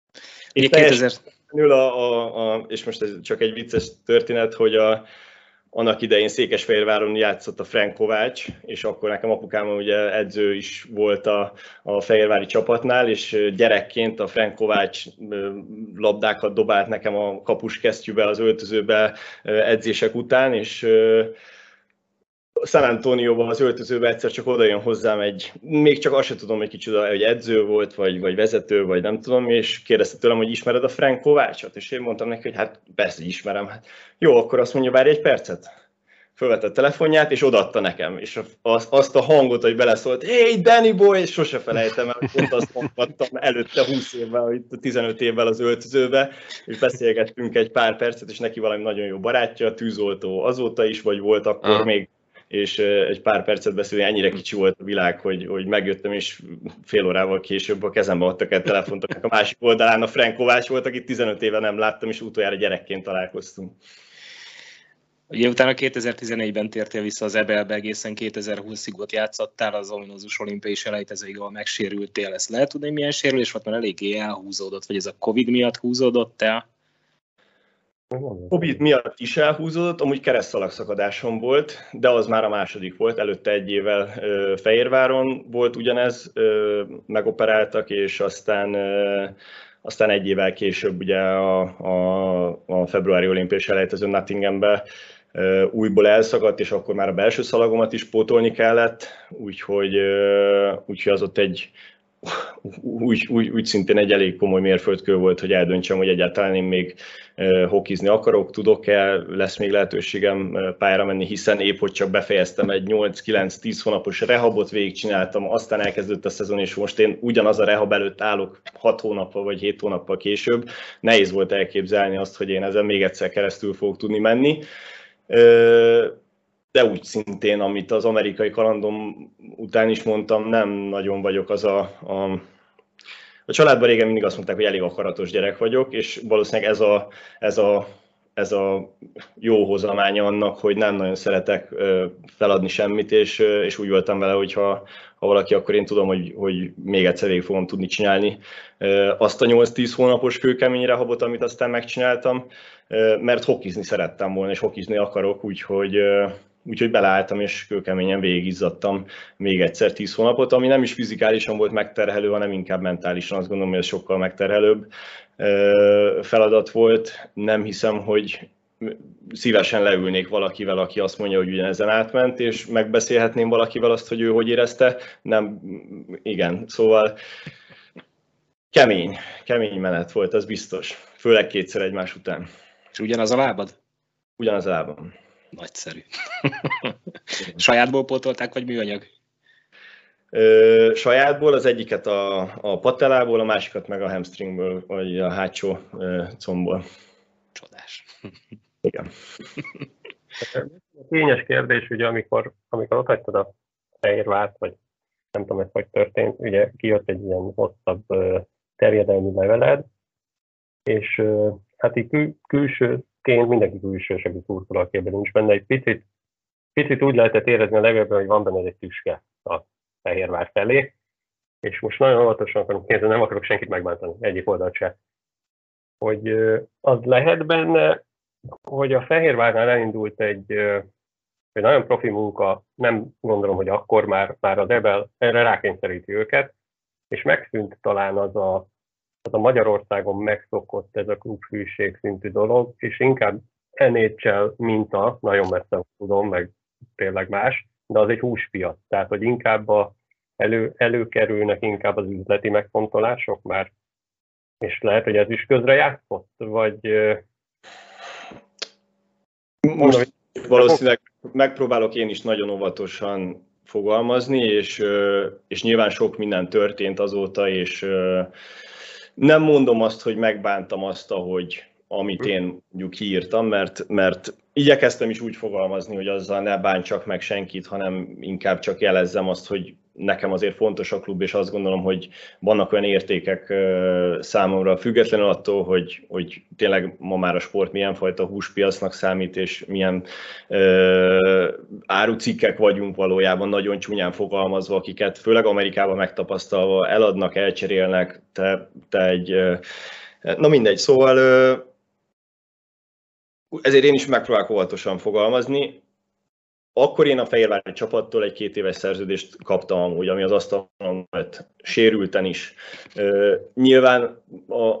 Itt kétezer... a, a, a, és most ez csak egy vicces történet, hogy a, annak idején Székesfehérváron játszott a Frank Kovács, és akkor nekem apukám ugye edző is volt a, a fehérvári csapatnál, és gyerekként a Frank Kovács labdákat dobált nekem a kapuskesztyűbe, az öltözőbe edzések után, és San Antonióban az öltözőbe egyszer csak oda jön hozzám egy, még csak azt sem tudom, hogy kicsit, hogy edző volt, vagy, vagy vezető, vagy nem tudom, és kérdezte tőlem, hogy ismered a Frank Kovácsot, és én mondtam neki, hogy hát persze, hogy ismerem. Hát, jó, akkor azt mondja, várj egy percet. Fölvette a telefonját, és odaadta nekem, és azt a hangot, hogy beleszólt, hey, Danny boy, és sose felejtem el, hogy pont azt mondtam előtte húsz évvel, vagy tizenöt évvel az öltözőbe, és beszélgettünk egy pár percet, és neki valami nagyon jó barátja, tűzoltó azóta is, vagy volt akkor ah. még, és egy pár percet beszélni, ennyire kicsi volt a világ, hogy, hogy megjöttem, és fél órával később a kezembe adtak egy telefont, a másik oldalán a Frank Kovács volt, akit tizenöt éve nem láttam, és utoljára gyerekként találkoztunk. Ugye utána kétezer-tizennégyben tértél vissza az é bé el-be, egészen kétezer-húszig ott játszottál az ominózus olimpiai selejtezőig, ahol megsérültél. Ezt lehet tudni, milyen sérülés volt, mert eléggé elhúzódott, vagy ez a Covid miatt húzódott el? Covid miatt is elhúzódott, amúgy keresztszalagszakadásom volt, de az már a második volt, előtte egy évvel ö, Fehérváron volt ugyanez, ö, megoperáltak, és aztán, ö, aztán egy évvel később ugye a, a, a februári olimpiai selejtezőn Nottinghambe ö, újból elszakadt, és akkor már a belső szalagomat is pótolni kellett, úgyhogy, ö, úgyhogy az ott egy Úgy, úgy, úgy szintén egy elég komoly mérföldkő volt, hogy eldöntsem, hogy egyáltalán én még uh, hokizni akarok, tudok-e, lesz még lehetőségem uh, pályára menni, hiszen épp hogy csak befejeztem egy nyolc-kilenc-tíz hónapos rehabot, végigcsináltam, aztán elkezdődött a szezon, és most én ugyanaz a rehab előtt állok hat hónappal vagy hét hónappal később. Nehéz volt elképzelni azt, hogy én ezen még egyszer keresztül fogok tudni menni. Uh, De úgy szintén, amit az amerikai kalandom után is mondtam, nem nagyon vagyok az a, a... A családban régen mindig azt mondták, hogy elég akaratos gyerek vagyok, és valószínűleg ez a, ez a, ez a jó hozamánya annak, hogy nem nagyon szeretek feladni semmit, és, és úgy voltam vele, hogy ha, ha valaki, akkor én tudom, hogy, hogy még egyszer végig fogom tudni csinálni azt a nyolc-tíz hónapos kőkemény rehabot, amit aztán megcsináltam, mert hokizni szerettem volna, és hokizni akarok, úgyhogy Úgyhogy beleálltam, és kőkeményen végigizzadtam még egyszer tíz hónapot, ami nem is fizikálisan volt megterhelő, hanem inkább mentálisan. Azt gondolom, hogy ez sokkal megterhelőbb feladat volt. Nem hiszem, hogy szívesen leülnék valakivel, aki azt mondja, hogy ugyanezen átment, és megbeszélhetném valakivel azt, hogy ő hogy érezte. Nem, igen, szóval kemény, kemény menet volt, az biztos. Főleg kétszer egymás után. És ugyanaz a lábad? Ugyanaz a lábam. Nagyszerű. Sajátból pótolták, vagy műanyag? Ö, sajátból, az egyiket a, a patellából, a másikat meg a hamstringből, vagy a hátsó ö, combból. Csodás. Igen. Kényes kérdés, ugye, amikor, amikor ott hagytad a Fehérvárt, vagy nem tudom, ez hogy történt, ugye kijött egy ilyen hosszabb terjedelmi leveled, és hát így kül, külsőként mindenki külsős, aki szurkolókében nincs benne, egy picit, picit úgy lehetett érezni a levélben, hogy van benne egy tüske a Fehérvár felé, és most nagyon óvatosan akarom kérdezni, nem akarok senkit megbántani, egyik oldalt se, hogy az lehet benne, hogy a Fehérvárnál elindult egy, egy nagyon profi munka, nem gondolom, hogy akkor már, már az Ebel erre rákényszeríti őket, és megszűnt talán az a, az a Magyarországon megszokott ez a klubhűség szintű dolog, és inkább en há el minta, nagyon messze tudom, meg tényleg más, de az egy húspiac, tehát hogy inkább a, elő, előkerülnek inkább az üzleti megfontolások már, és lehet, hogy ez is közrejátszott, vagy... Most valószínűleg megpróbálok én is nagyon óvatosan fogalmazni, és, és nyilván sok minden történt azóta, és nem mondom azt, hogy megbántam azt, ahogy, amit én mondjuk írtam, mert, mert igyekeztem is úgy fogalmazni, hogy azzal ne bántsak meg senkit, hanem inkább csak jelezzem azt, hogy nekem azért fontos a klub, és azt gondolom, hogy vannak olyan értékek számomra, függetlenül attól, hogy, hogy tényleg ma már a sport milyen fajta húspiacnak számít, és milyen uh, árucikkek vagyunk valójában, nagyon csúnyán fogalmazva, akiket főleg Amerikában megtapasztalva eladnak, elcserélnek, te, te egy... Uh, na mindegy, szóval... Uh, ezért én is megpróbálok óvatosan fogalmazni. Akkor én a fehérvári csapattól egy két éves szerződést kaptam amúgy, ami az asztalon volt, sérülten is. Nyilván a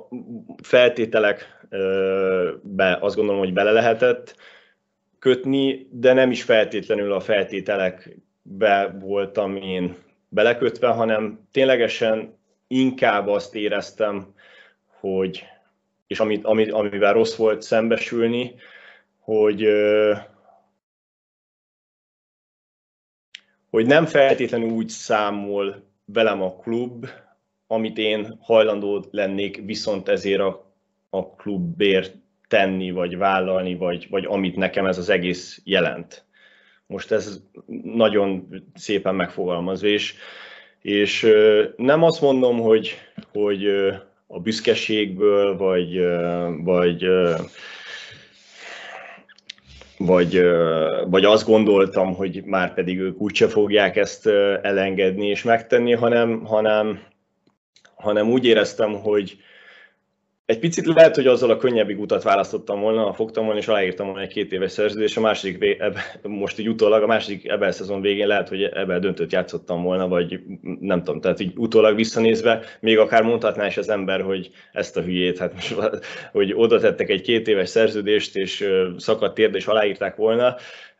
feltételekbe azt gondolom, hogy bele lehetett kötni, de nem is feltétlenül a feltételekbe voltam én belekötve, hanem ténylegesen inkább azt éreztem, hogy, és amit, amit, amivel rossz volt szembesülni, hogy hogy nem feltétlenül úgy számol velem a klub, amit én hajlandó lennék viszont ezért a, a klubért tenni, vagy vállalni, vagy, vagy amit nekem ez az egész jelent. Most ez nagyon szépen megfogalmazva, és, és nem azt mondom, hogy, hogy a büszkeségből, vagy, vagy Vagy, vagy azt gondoltam, hogy már pedig ők úgyse fogják ezt elengedni és megtenni, hanem, hanem, hanem úgy éreztem, hogy egy picit lehet, hogy azzal a könnyebbik utat választottam volna, ha fogtam volna és aláírtam volna egy két éves szerződést, a második, most így utólag, a második ebben szezon végén lehet, hogy ebben döntőt játszottam volna, vagy nem tudom, tehát így utólag visszanézve, még akár mondhatná is az ember, hogy ezt a hülyét, hát most, hogy oda tettek egy két éves szerződést, és szakadt térde, és aláírták volna.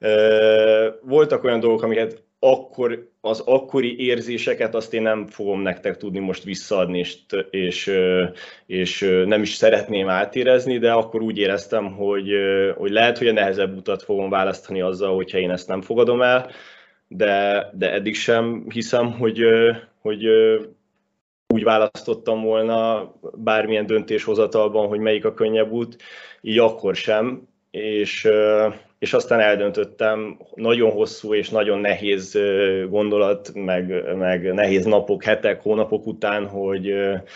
Voltak olyan dolgok, amiket akkor, az akkori érzéseket azt én nem fogom nektek tudni most visszaadni, és, és, és nem is szeretném átérezni, de akkor úgy éreztem, hogy, hogy lehet, hogy a nehezebb utat fogom választani azzal, hogyha én ezt nem fogadom el, de, de eddig sem hiszem, hogy, hogy úgy választottam volna bármilyen döntéshozatalban, hogy melyik a könnyebb út, így akkor sem, és és aztán eldöntöttem, nagyon hosszú és nagyon nehéz gondolat, meg, meg nehéz napok, hetek, hónapok után, hogy,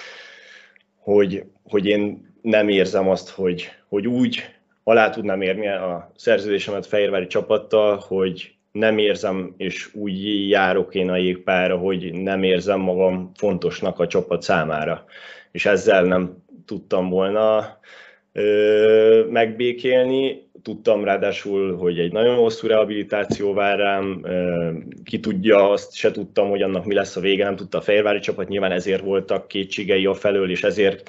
hogy, hogy én nem érzem azt, hogy, hogy úgy alá tudnám érni a szerződésemet fehérvári csapattal, hogy nem érzem, és úgy járok én a jégpályára, hogy nem érzem magam fontosnak a csapat számára. És ezzel nem tudtam volna ö, megbékélni. Tudtam ráadásul, hogy egy nagyon hosszú rehabilitáció vár rám, ki tudja, azt se tudtam, hogy annak mi lesz a vége, nem tudta a fehérvári csapat, nyilván ezért voltak kétségei afelől, és ezért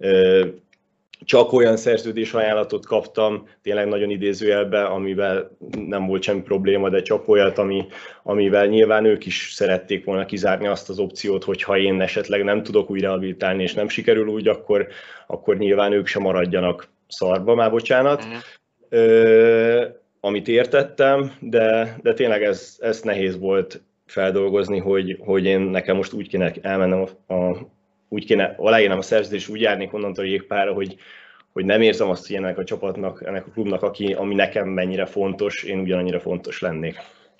csak olyan szerződés ajánlatot kaptam, tényleg nagyon idézőjelben, amivel nem volt semmi probléma, de csak olyat, ami, amivel nyilván ők is szerették volna kizárni azt az opciót, hogyha én esetleg nem tudok úgy rehabilitálni, és nem sikerül úgy, akkor, akkor nyilván ők sem maradjanak szarba, már bocsánat. Mm. Uh, amit értettem, de, de tényleg ez, ez nehéz volt feldolgozni, hogy, hogy én nekem most úgy kéne elmennem, a, a, úgy kéne aláírnom a szerződést, úgy járnék onnantól a jégpályára, hogy, hogy nem érzem azt, hogy ennek a csapatnak, ennek a klubnak, aki, ami nekem mennyire fontos, én ugyanannyira fontos lennék.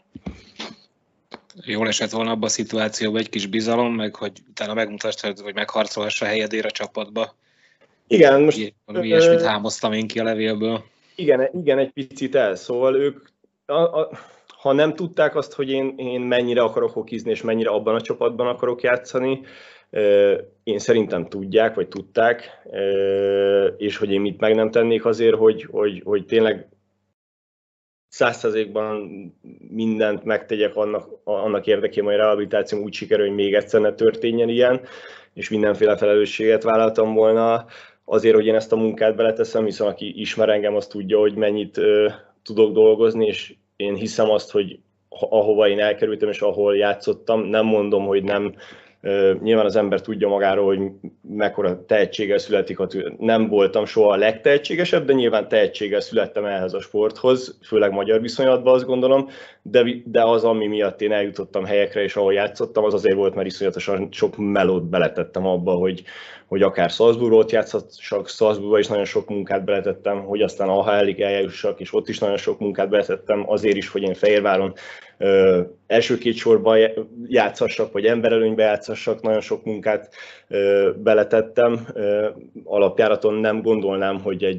Jól esett volna abban a szituációban egy kis bizalom, meg hogy utána megmutasd, hogy megharcolhass a helyedért a csapatba. Igen, most... Valami ilyesmit hámoztam én ki a levélből. Igen, igen, egy picit el. Szóval ők, a, a, ha nem tudták azt, hogy én, én mennyire akarok hokizni, és mennyire abban a csapatban akarok játszani, én szerintem tudják, vagy tudták, és hogy én mit meg nem tennék azért, hogy, hogy, hogy tényleg száz százalékban mindent megtegyek annak, annak érdekében, hogy a rehabilitációm úgy sikerül, hogy még egyszer ne történjen ilyen, és mindenféle felelősséget vállaltam volna azért, hogy én ezt a munkát beleteszem, hiszen aki ismer engem, az tudja, hogy mennyit uh, tudok dolgozni, és én hiszem azt, hogy ahova én elkerültem, és ahol játszottam, nem mondom, hogy nem, uh, nyilván az ember tudja magáról, hogy mekkora tehetséggel születik, nem voltam soha a legtehetségesebb, de nyilván tehetséggel születtem ehhez a sporthoz, főleg magyar viszonylatban azt gondolom, de, de az, ami miatt én eljutottam helyekre, és ahol játszottam, az azért volt, mert iszonyatosan sok melót beletettem abba, hogy hogy akár Salzburgban ott játszhatsak, Salzburgban is nagyon sok munkát beletettem, hogy aztán a há el-ig eljussak, és ott is nagyon sok munkát beletettem, azért is, hogy én Fehérváron ö, első két sorban játszhassak, vagy emberelőnybe játszhassak, nagyon sok munkát ö, beletettem. Ö, alapjáraton nem gondolnám, hogy egy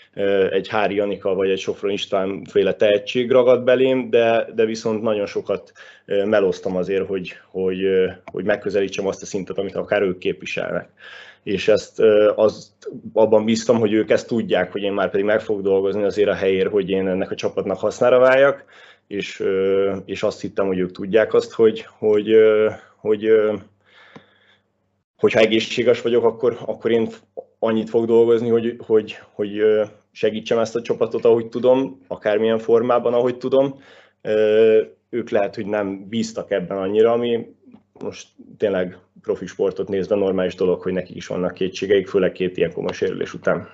egy Hári Anika vagy egy Sofron István féle tehetség ragad belém, de, de viszont nagyon sokat melóztam azért, hogy, hogy, hogy megközelítsem azt a szintet, amit akár ők képviselnek. És ezt azt, abban bíztam, hogy ők ezt tudják, hogy én már pedig meg fogok dolgozni azért a helyért, hogy én ennek a csapatnak hasznára váljak, és, és azt hittem, hogy ők tudják azt, hogy, hogy, hogy hogyha egészséges vagyok, akkor, akkor én annyit fog dolgozni, hogy, hogy, hogy segítsem ezt a csapatot, ahogy tudom, akármilyen formában, ahogy tudom. Ők lehet, hogy nem bíztak ebben annyira, ami most tényleg profi sportot nézve normális dolog, hogy nekik is vannak kétségeik, főleg két ilyen komoly sérülés után.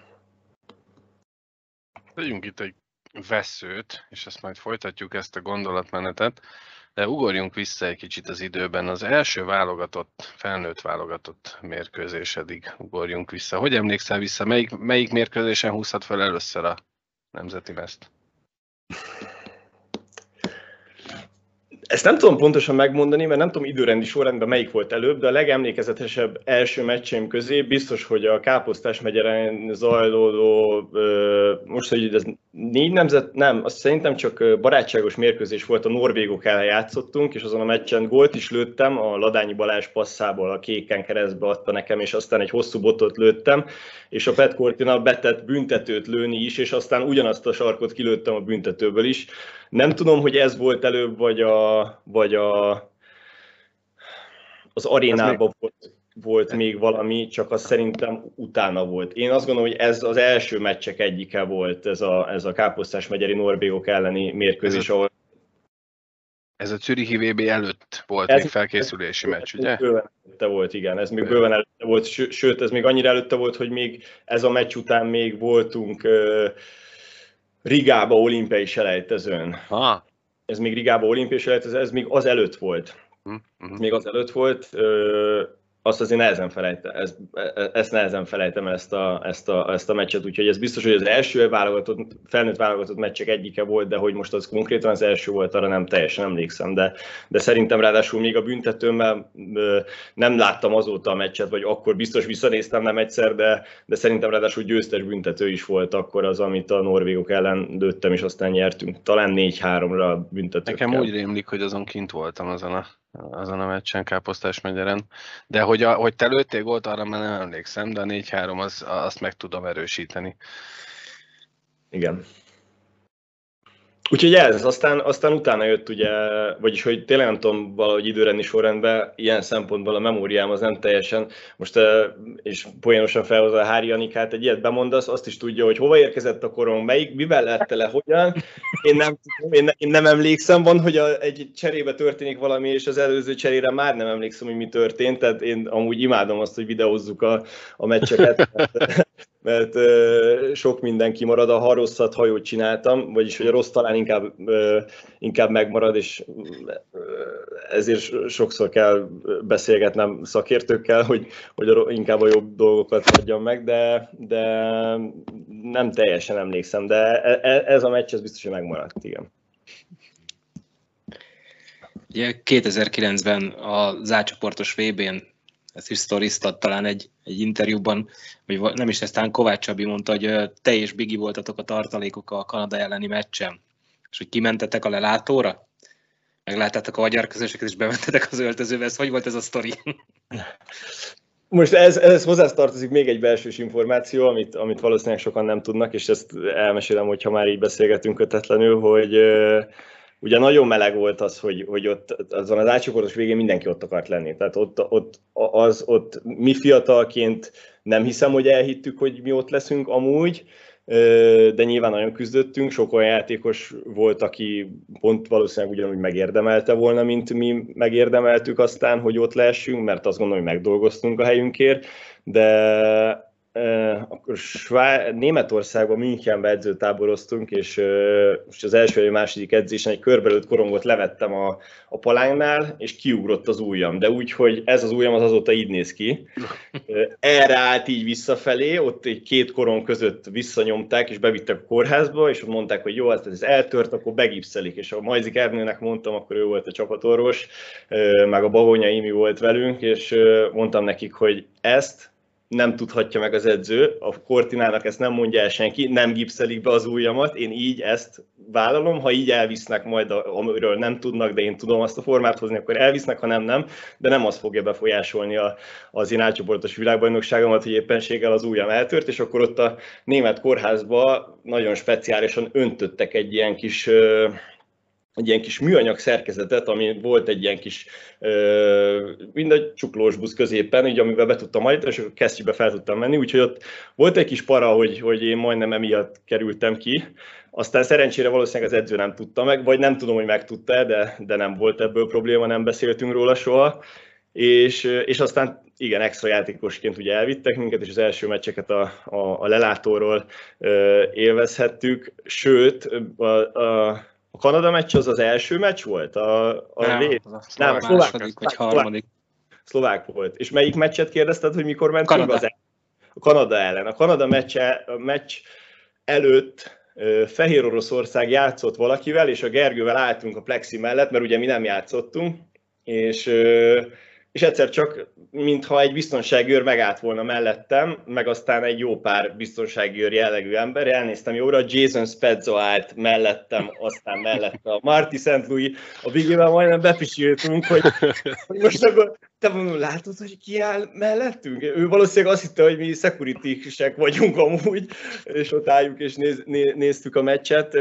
Tegyünk itt egy veszőt, és ezt majd folytatjuk ezt a gondolatmenetet, de ugorjunk vissza egy kicsit az időben. Az első válogatott, felnőtt válogatott mérkőzésedig ugorjunk vissza. Hogy emlékszel vissza, melyik, melyik mérkőzésen húzhat fel először a nemzeti mezt? Ezt nem tudom pontosan megmondani, mert nem tudom időrendi sorrendben melyik volt előbb, de a legemlékezetesebb első meccseim közé biztos, hogy a Káposztás megyeren zajlódó, most, hogy ez négy nemzet, nem, azt szerintem csak barátságos mérkőzés volt, a norvégok ellen játszottunk, és azon a meccsen gólt is lőttem, a Ladányi Balázs passzából a kéken keresztbe adta nekem, és aztán egy hosszú botot lőttem, és a Pet Cortina betett büntetőt lőni is, és aztán ugyanazt a sarkot kilőttem a büntetőből is. Nem tudom, hogy ez volt előbb, vagy, a, vagy a, az arénában volt, volt még valami, csak az szerintem utána volt. Én azt gondolom, hogy ez az első meccsek egyike volt, ez a, ez a Káposztás megyeri norvégok elleni mérkőzés, ahol... Ez a Zürichi vé bé előtt volt ez még felkészülési meccs, ugye? Bőven előtte volt, igen. Ez még bőven előtte volt, sőt, ez még annyira előtte volt, hogy még ez a meccs után még voltunk... Rigába olimpiai selejtezőn. Ah. Ez még Rigába olimpiai selejtezőn, ez még az előtt volt. Uh-huh. Még az előtt volt. Ö, azt azért nehezen felejtem, ezt, ezt nehezen felejtem ezt a, ezt, a, ezt a meccset, úgyhogy ez biztos, hogy az első válogatott, felnőtt válogatott meccsek egyike volt, de hogy most az konkrétan az első volt, arra nem teljesen emlékszem, de, de szerintem ráadásul még a büntetőmmel nem láttam azóta a meccset, vagy akkor biztos visszanéztem nem egyszer, de, de szerintem ráadásul győztes büntető is volt akkor az, amit a norvégok ellen lőttem, és aztán nyertünk. Talán négy háromra büntetőkkel. Nekem úgy rémlik, hogy azon kint voltam azon a azon a meccsen, Káposztás megyeren. De hogy, a, hogy te lőttél gólt, arra már nem emlékszem, de a négy három az, azt meg tudom erősíteni. Igen. Úgyhogy ez, aztán, aztán utána jött ugye, vagyis hogy tényleg nem tudom valahogy időrendi sorrendben, ilyen szempontból a memóriám az nem teljesen, most és poénosan felhozza a Hári Anikát, egy ilyet bemondasz, azt is tudja, hogy hova érkezett a korom, melyik, mivel lett tele, hogyan, én nem tudom, én, ne, én nem emlékszem, van, hogy a, egy cserébe történik valami, és az előző cserére már nem emlékszem, hogy mi történt, tehát én amúgy imádom azt, hogy videózzuk a, a meccseket, mert, mert sok minden kimarad, ha rosszat, ha jót csináltam, vagyis hogy a rossz talán inkább, inkább megmarad, és ezért sokszor kell beszélgetnem szakértőkkel, hogy, hogy inkább a jobb dolgokat adjam meg, de, de nem teljesen emlékszem, de ez a meccs ez biztos, hogy megmaradt, igen. Ugye kétezer-kilencben a Z-csoportos vé bén ezt is sztoriztad talán egy, egy interjúban, vagy nem is, aztán Kovács Csabi mondta, hogy te és Bigi voltatok a tartalékok a Kanada elleni meccsen, és hogy kimentetek a lelátóra, megláttátok a magyar közösséget, és bementetek az öltözőbe. Ez hogy volt ez a sztori? Most ez, ez hozzátartozik még egy belsős információ, amit, amit valószínűleg sokan nem tudnak, és ezt elmesélem, hogyha már így beszélgetünk kötetlenül, hogy ugye nagyon meleg volt az, hogy, hogy ott azon az átcsoportos végén mindenki ott akart lenni. Tehát ott, ott, az, ott mi fiatalként nem hiszem, hogy elhittük, hogy mi ott leszünk amúgy, de nyilván nagyon küzdöttünk. Sok olyan játékos volt, aki pont valószínűleg ugyanúgy megérdemelte volna, mint mi megérdemeltük aztán, hogy ott lehessünk, mert azt gondolom, hogy megdolgoztunk a helyünkért, de akkor Svá... Németországban, Münchenbe edzőtáboroztunk, és most az első vagy második edzésen egy körbelőtt korongot levettem a, a palángnál, és kiugrott az ujjam, de úgy, hogy ez az ujjam az azóta így néz ki. Erre állt így visszafelé, ott egy két korong között visszanyomták, és bevittek a kórházba, és mondták, hogy jó, ez eltört, akkor begipszelik, és a Majzik Ernőnek mondtam, akkor ő volt a csapatorvos, meg a Bavonya Imi volt velünk, és mondtam nekik, hogy ezt nem tudhatja meg az edző, a Cortinának ezt nem mondja el senki, nem gipszelik be az ujjamat, én így ezt vállalom, ha így elvisznek majd, amiről nem tudnak, de én tudom azt a formát hozni, akkor elvisznek, ha nem, nem, de nem az fogja befolyásolni a, az én átcsoportos világbajnokságomat, hogy éppenséggel az ujjam eltört, és akkor ott a német kórházba nagyon speciálisan öntöttek egy ilyen kis... egy ilyen kis műanyag szerkezetet, ami volt egy ilyen kis, mind egy csuklós busz középen, így amiben be tudtam állítani, és akkor kesztyűbe fel tudtam menni, úgyhogy ott volt egy kis para, hogy, hogy én majdnem emiatt kerültem ki. Aztán szerencsére valószínűleg az edző nem tudta meg, vagy nem tudom, hogy megtudta, de, de nem volt ebből probléma, nem beszéltünk róla soha. És, és aztán igen, extra játékosként ugye elvittek minket, és az első meccseket a, a, a lelátóról élvezhettük, sőt, a, a A Kanada meccs az az első meccs volt? A, a nem, vé... az nem, a szlovák, második vagy harmadik. Szlovák volt. És melyik meccset kérdezted, hogy mikor mentünk? Kanada. Az a Kanada ellen. A Kanada meccse, a meccs előtt Fehér Oroszország játszott valakivel, és a Gergővel álltunk a plexi mellett, mert ugye mi nem játszottunk, és... és egyszer csak, mintha egy biztonságőr megállt volna mellettem, meg aztán egy jó pár biztonságőr jellegű ember, elnéztem jóra, Jason Spezza állt mellettem, aztán mellette a Marty Saint Louis, a Bigével majdnem bepisültünk, hogy, hogy most akkor, te mondom, látod, hogy ki áll mellettünk? Ő valószínűleg azt hitte, hogy mi security-sek vagyunk amúgy, és ott álljuk és néz, né, néztük a meccset.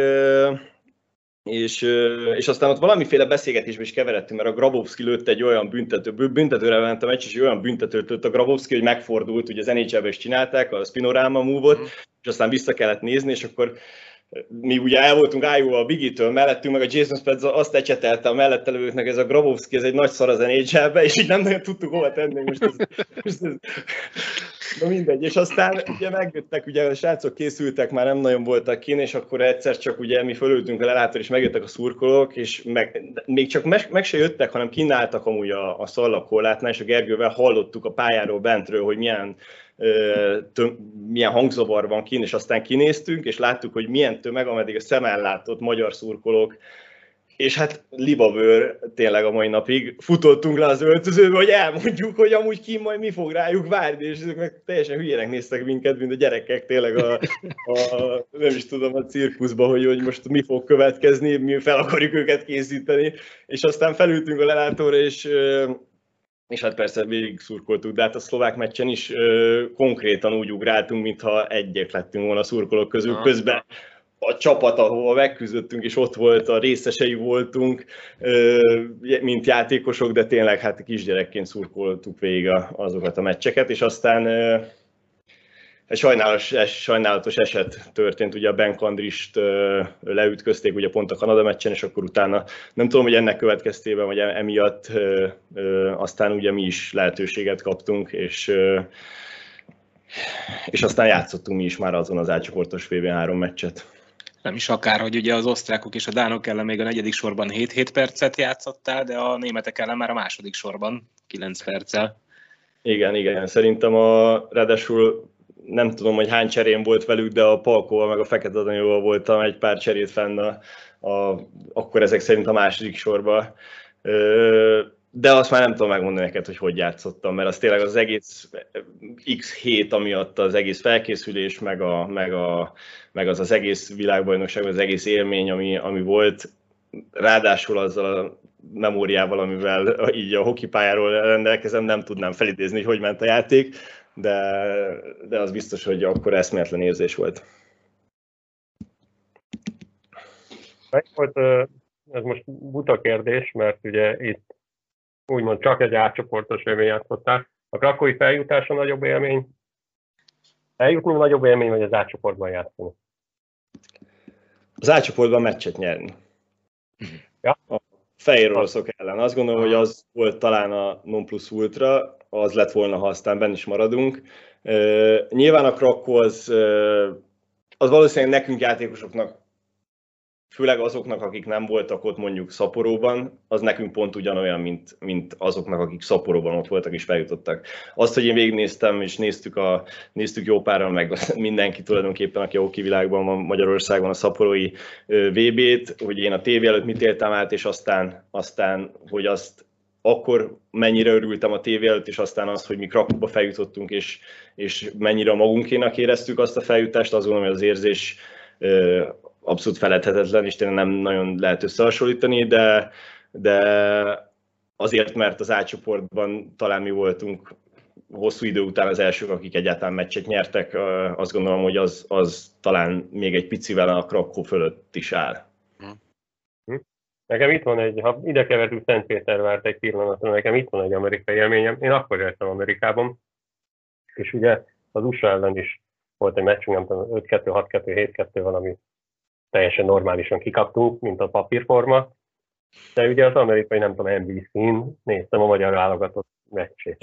És, és aztán ott valamiféle beszélgetésbe is keveredtünk, mert a Grabowski lőtt egy olyan büntető, büntetőre ment a meccs, és olyan büntetőt lőtt a Grabowski, hogy megfordult, ugye az en há el-ben is csinálták, a Spinorama move-ot, mm. és aztán vissza kellett nézni, és akkor mi ugye el voltunk állva a Bigitől mellettünk, meg a Jason Spezza azt ecsetelte a mellette levőknek, ez a Grabowski, ez egy nagy szar az en há el-be, és így nem nagyon tudtuk hova tenni, most ez, most ez... Na mindegy, és aztán ugye megjöttek, ugye a srácok készültek, már nem nagyon voltak kin, és akkor egyszer csak ugye mi fölültünk a lelátor, és megjöttek a szurkolók, és meg, még csak meg, meg se jöttek, hanem kínáltak amúgy a, a szallagkorlátnál, és a Gergővel hallottuk a pályáról bentről, hogy milyen, tö, milyen hangzavar van kin, és aztán kinéztünk, és láttuk, hogy milyen tömeg, ameddig a szem ellátott magyar szurkolók, és hát libabőr tényleg a mai napig futottunk le az öltözőbe, hogy elmondjuk, hogy amúgy ki majd mi fog rájuk várni, és ezek meg teljesen hülyének néztek minket, mint a gyerekek tényleg a, a nem is tudom, a cirkuszba, hogy, hogy most mi fog következni, mi fel akarjuk őket készíteni, és aztán felültünk a lelátóra, és és hát persze végig szurkoltuk, de hát a szlovák meccsen is ö, konkrétan úgy ugráltunk, mintha egyek lettünk volna a szurkolók közül, közben a csapat, ahova megküzdöttünk, és ott volt, a részesei voltunk, mint játékosok, de tényleg hát kisgyerekként szurkoltuk végig azokat a meccseket, és aztán egy sajnálatos, sajnálatos eset történt, ugye a Ben Kandrist leütközték ugye pont a Kanada meccsen, és akkor utána nem tudom, hogy ennek következtében, vagy emiatt aztán ugye mi is lehetőséget kaptunk, és és aztán játszottunk mi is már azon az átcsoportos vé bé három meccset. Nem is akár, hogy ugye az osztrákok és a dánok ellen még a negyedik sorban hét-hét percet játszottál, de a németek ellen már a második sorban kilenc perccel. Igen, igen. Szerintem a, ráadásul nem tudom, hogy hány cserén volt velük, de a Palkóval meg a Fekete Danióval voltam egy pár cserét fenn, a, a, akkor ezek szerint a második sorban. De azt már nem tudom megmondani neked, hogy hogy játszottam, mert az tényleg az egész iksz hét amiatt az egész felkészülés, meg, a, meg, a, meg az az egész világbajnokság, az egész élmény, ami, ami volt, ráadásul azzal a memóriával, amivel így a hokipályáról rendelkezem, nem tudnám felidézni, hogy hogy ment a játék, de, de az biztos, hogy akkor eszméletlen érzés volt. Meg volt, ez most buta kérdés, mert ugye itt úgymond csak egy átcsoportos élmény játszottál. A krakói feljutás a nagyobb élmény? Eljutni a nagyobb élmény, vagy az átcsoportban játszani? Az átcsoportban meccset nyerni. Ja. A fehér oroszok ellen. Azt gondolom, hogy az volt talán a non plus ultra, az lett volna, ha aztán benn is maradunk. Uh, nyilván a Krakó az, uh, az valószínűleg nekünk játékosoknak, főleg azoknak, akik nem voltak ott mondjuk Szaporóban, az nekünk pont ugyanolyan, mint, mint azoknak, akik Szaporóban ott voltak és feljutottak. Azt, hogy én végignéztem és néztük, a, néztük jó páran, meg mindenki tulajdonképpen, aki a hoki világban van Magyarországon a szaporói vé bét, hogy én a tévé előtt mit éltem át, és aztán, aztán hogy azt akkor mennyire örültem a tévé előtt, és aztán az, hogy mi Krakóba feljutottunk, és, és mennyire magunkénak éreztük azt a feljutást, azt gondolom, hogy az érzés abszolút feledhetetlen, és tényleg nem nagyon lehet összehasonlítani, de, de azért, mert az A csoportban talán mi voltunk hosszú idő után az elsők, akik egyáltalán meccset nyertek, azt gondolom, hogy az, az talán még egy picivel a Krakó fölött is áll. Nekem itt van egy, ha ide kevertünk Szentpétervárt egy pillanatra, nekem itt van egy amerikai élményem. Én akkor jártam Amerikában, és ugye az u es á ellen is volt egy meccsünk, nem tudom, öt kettő, hat kettő, hét kettő, valami teljesen normálisan kikaptunk, mint a papírforma. De ugye az amerikai, nem tudom, en bé cén néztem a magyar válogatott meccsét.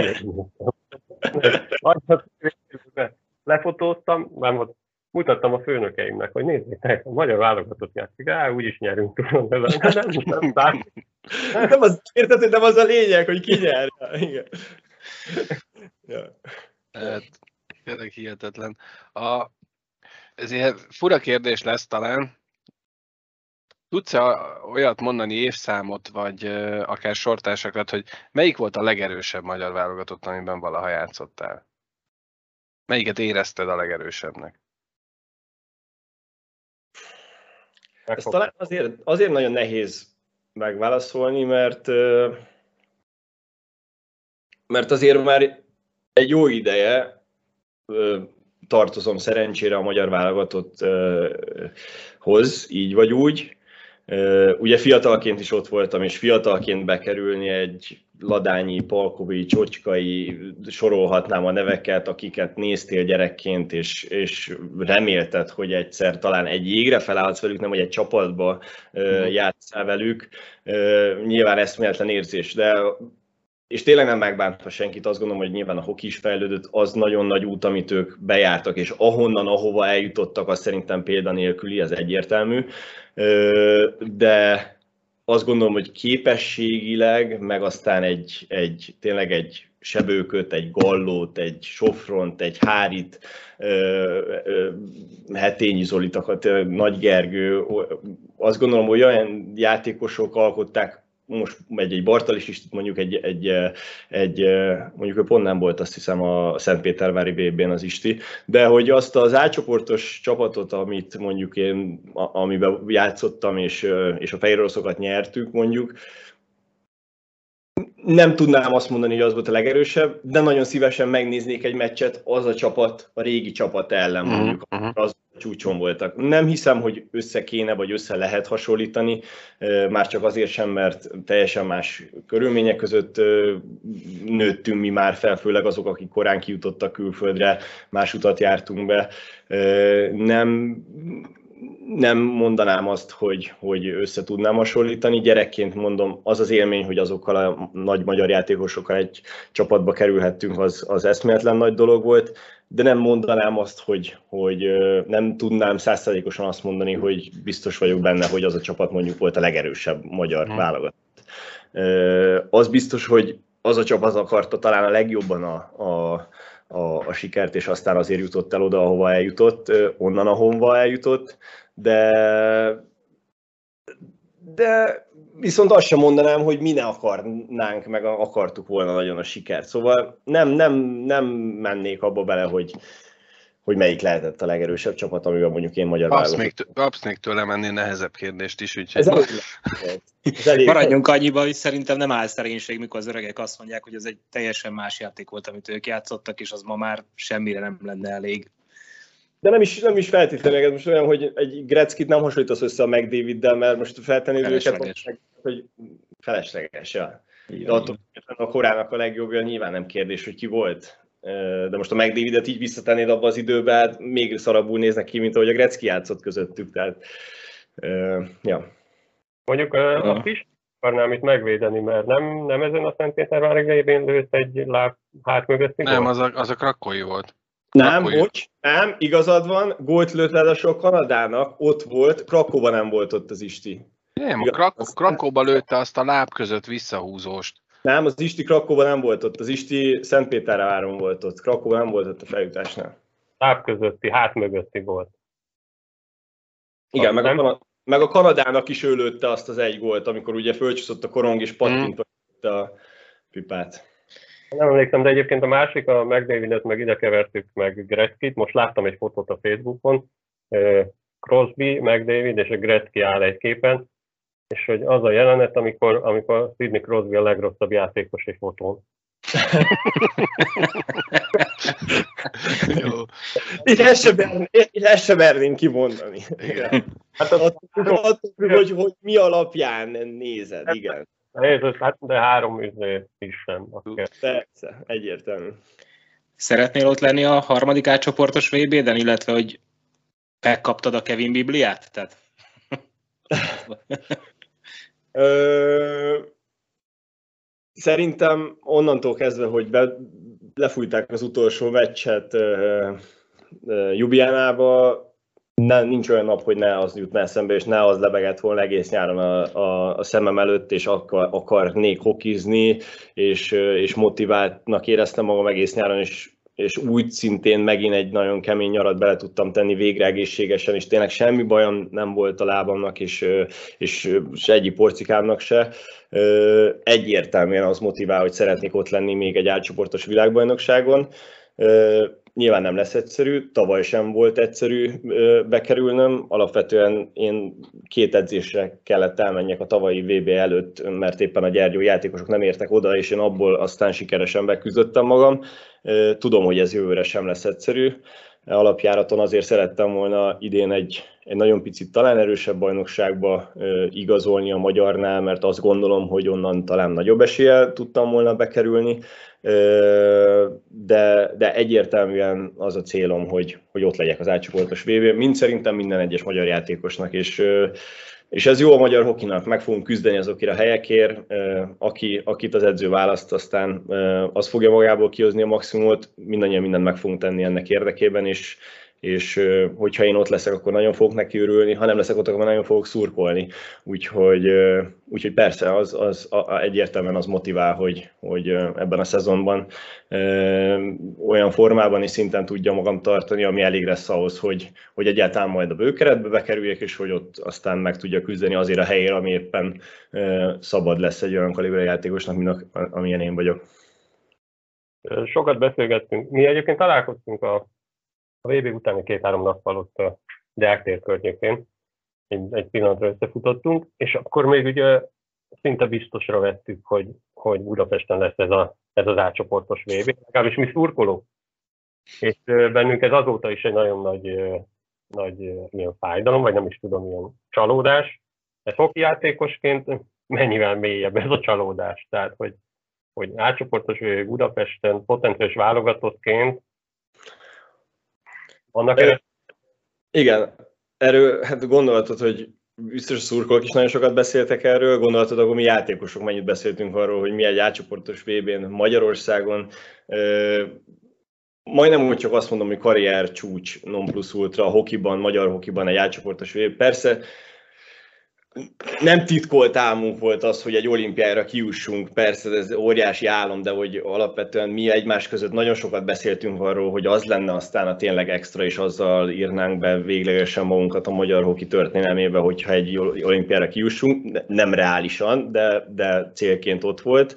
Lefotóztam, nem volt. Mutattam a főnökeimnek, hogy nézzétek, a magyar válogatott játszik, á, úgyis nyerünk, tudom, de nem, nem, nem, nem az, érted, hogy nem az a lényeg, hogy ki nyer. Igen. Ja. Hát, tényleg hihetetlen. A, ez ilyen fura kérdés lesz talán. Tudsz-e olyat mondani, évszámot, vagy uh, akár sortársakat, hogy melyik volt a legerősebb magyar válogatott, amiben valaha játszottál? Melyiket érezted a legerősebbnek? Ez talán azért, azért nagyon nehéz megválaszolni, mert, mert azért már egy jó ideje tartozom szerencsére a magyar válogatotthoz, így vagy úgy. Ugye fiatalként is ott voltam, és fiatalként bekerülni egy Ladányi, Palkovics, Csocskai, sorolhatnám a neveket, akiket néztél gyerekként, és, és remélted, hogy egyszer talán egy jégre felállsz velük, nem hogy egy csapatba uh, játsszál velük. Uh, nyilván eszméletlen érzés, de és tényleg nem megbántva senkit, azt gondolom, hogy nyilván a hoki is fejlődött, az nagyon nagy út, amit ők bejártak, és ahonnan, ahova eljutottak, az szerintem példanélküli, az egyértelmű. De azt gondolom, hogy képességileg, meg aztán egy, egy tényleg egy Sebőköt, egy Gallót, egy Sofront, egy Hárit, Hetényi Zolitakat, Nagy Gergő, azt gondolom, hogy olyan játékosok alkották, most egy, egy Bartalis is, mondjuk egy, egy, egy, mondjuk ő pont nem volt, azt hiszem, a Szentpétervári bé bén az Isti, de hogy azt az A csoportos csapatot, amit mondjuk én, amiben játszottam, és, és a fehér oroszokat nyertük, mondjuk, nem tudnám azt mondani, hogy az volt a legerősebb, de nagyon szívesen megnéznék egy meccset, az a csapat, a régi csapat ellen mondjuk, uh-huh. az a csúcson voltak. Nem hiszem, hogy össze kéne, vagy össze lehet hasonlítani, már csak azért sem, mert teljesen más körülmények között nőttünk mi már fel, főleg azok, akik korán kijutottak külföldre, más utat jártunk be. Nem... Nem mondanám azt, hogy, hogy össze tudnám hasonlítani. Gyerekként mondom, az az élmény, hogy azokkal a nagy magyar játékosokkal egy csapatba kerülhettünk, az, az eszméletlen nagy dolog volt, de nem mondanám azt, hogy, hogy nem tudnám százszázalékosan azt mondani, hogy biztos vagyok benne, hogy az a csapat mondjuk volt a legerősebb magyar hmm. válogatott. Az biztos, hogy az a csapat akarta talán a legjobban a, a, a, a sikert, és aztán azért jutott el oda, ahova eljutott, onnan, ahova eljutott, de, de viszont azt sem mondanám, hogy mi ne akarnánk, meg akartuk volna nagyon a sikert. Szóval nem, nem, nem mennék abba bele, hogy, hogy melyik lehetett a legerősebb csapat, amiben mondjuk én magyar válogatott. Kapsz még tőlem ennél nehezebb kérdést is, úgyhogy... Ez elég, ez elég. Maradjunk annyiba, hogy szerintem nem áll szerénység, mikor az öregek azt mondják, hogy ez egy teljesen más játék volt, amit ők játszottak, és az ma már semmire nem lenne elég. De nem is, nem is feltétlenül, most olyan, hogy egy Gretzkit nem hasonlítasz össze a McDaviddel, mert most feltennéd őket, hogy felesleges. Ja. De attól a korának a legjobbja nyilván nem kérdés, hogy ki volt. De most a McDavidet így visszatennéd abba az időbe, hát még szarabbul néznek ki, mint ahogy a Gretzky játszott közöttük. Tehát, uh, ja. Mondjuk uh, a Pist akarnám itt megvédeni, mert nem, nem ezen a Szentpétervári bé bén lőtt egy láb hát mögötti Nem, gól? az a, az a krakói volt. Nem, bocs, nem, igazad van, gólt lőtt ráadásul Kanadának, ott volt, Krakóban nem volt ott az Isti. Nem, a Krakó, Krakóba lőtte azt a láb között visszahúzóst. Nem, az Isti Krakóban nem volt ott, az Isti Szentpéterváron volt ott, Krakóban nem volt ott a feljutásnál. Láb közötti, hát mögötti volt. Igen, meg a, meg a Kanadának is ő lőtte azt az egy gólt, amikor ugye fölcsúszott a korong és pattint, a pipát. Nem emlékszem, de egyébként a másik, a McDavidet meg ide kevertük meg Gretzkyt. Most láttam egy fotót a Facebookon. Crosby, McDavid és a Gretzky áll egy képen, és hogy az a jelenet, amikor, amikor Sidney Crosby a legrosszabb játékos egy fotón. Itt ezt se, berném, ezt se berném kimondani. Igen. Hát attól, hogy, hogy mi alapján nézed, igen. Nézd, hát de három üzlet is sem. Persze, egyértelmű. Szeretnél ott lenni a harmadik átcsoportos vé bé-den, illetve hogy megkaptad a Kevin Bibliát? Tehát... Ö, szerintem onnantól kezdve, hogy be, lefújták az utolsó meccset Ljubljanába, nem, nincs olyan nap, hogy ne az jutna eszembe, és ne az lebegett volna egész nyáron a, a, a szemem előtt, és akar, akarnék hokizni, és, és motiváltnak éreztem magam egész nyáron, és, és úgy szintén megint egy nagyon kemény nyarat bele tudtam tenni végre egészségesen, és tényleg semmi bajom nem volt a lábamnak, és, és, és egyik porcikámnak se. Egyértelműen az motivál, hogy szeretnék ott lenni még egy átcsoportos világbajnokságon. Nyilván nem lesz egyszerű, tavaly sem volt egyszerű bekerülnöm, alapvetően én két edzésre kellett elmenjek a tavalyi vé bé előtt, mert éppen a Gyergyó játékosok nem értek oda, és én abból aztán sikeresen beküzdöttem magam. Tudom, hogy ez jövőre sem lesz egyszerű. Alapjáraton azért szerettem volna idén egy, egy nagyon picit talán erősebb bajnokságba igazolni a magyarnál, mert azt gondolom, hogy onnan talán nagyobb eséllyel tudtam volna bekerülni. De, de egyértelműen az a célom, hogy, hogy ott legyek az átcsoportos vé bén, mint szerintem minden egyes magyar játékosnak, és, és ez jó a magyar hokinak, meg fogunk küzdeni azokért a helyekért, aki, akit az edző választ, aztán az fogja magából kihozni a maximumot, mindannyian mindent meg fogunk tenni ennek érdekében, és, és hogyha én ott leszek, akkor nagyon fogok neki örülni, ha nem leszek ott, akkor nagyon fogok szurkolni. Úgyhogy, úgyhogy persze, az, az a, egyértelműen az motivál, hogy, hogy ebben a szezonban ö, olyan formában és szinten tudja magam tartani, ami elég lesz ahhoz, hogy, hogy egyáltalán majd a bőkeretbe bekerüljek, és hogy ott aztán meg tudja küzdeni azért a helyére, ami éppen ö, szabad lesz egy olyan kaliberű játékosnak, mint a, amilyen én vagyok. Sokat beszélgettünk. Mi egyébként találkoztunk a A vé bé utáni két-három nappal ott a Deák környékén egy, egy pillanatra összefutottunk, és akkor még ugye szinte biztosra vettük, hogy, hogy Budapesten lesz ez, a, ez az átcsoportos vé bé, legalábbis mi szurkolók. És bennünk ez azóta is egy nagyon nagy, nagy ilyen fájdalom, vagy nem is tudom, ilyen csalódás. Ez hoki játékosként mennyivel mélyebb ez a csalódás. Tehát, hogy, hogy átcsoportos vé bé Budapesten potenciális válogatottként annak erő... Igen, erről hát gondolatod, hogy biztos szurkolók is nagyon sokat beszéltek erről, gondolatod, akkor mi játékosok mennyit beszéltünk arról, hogy mi egy átcsoportos vé bén Magyarországon. Majdnem úgy csak azt mondom, hogy karrier csúcs non plus ultra a hokiban, magyar hokiban egy átcsoportos vé bé. Persze nem titkolt álmunk volt az, hogy egy olimpiára kiussunk, persze ez óriási álom, de hogy alapvetően mi egymás között nagyon sokat beszéltünk arról, hogy az lenne aztán a tényleg extra, és azzal írnánk be véglegesen magunkat a magyar hoki történelmébe, hogyha egy olimpiára kiussunk, nem reálisan, de, de célként ott volt.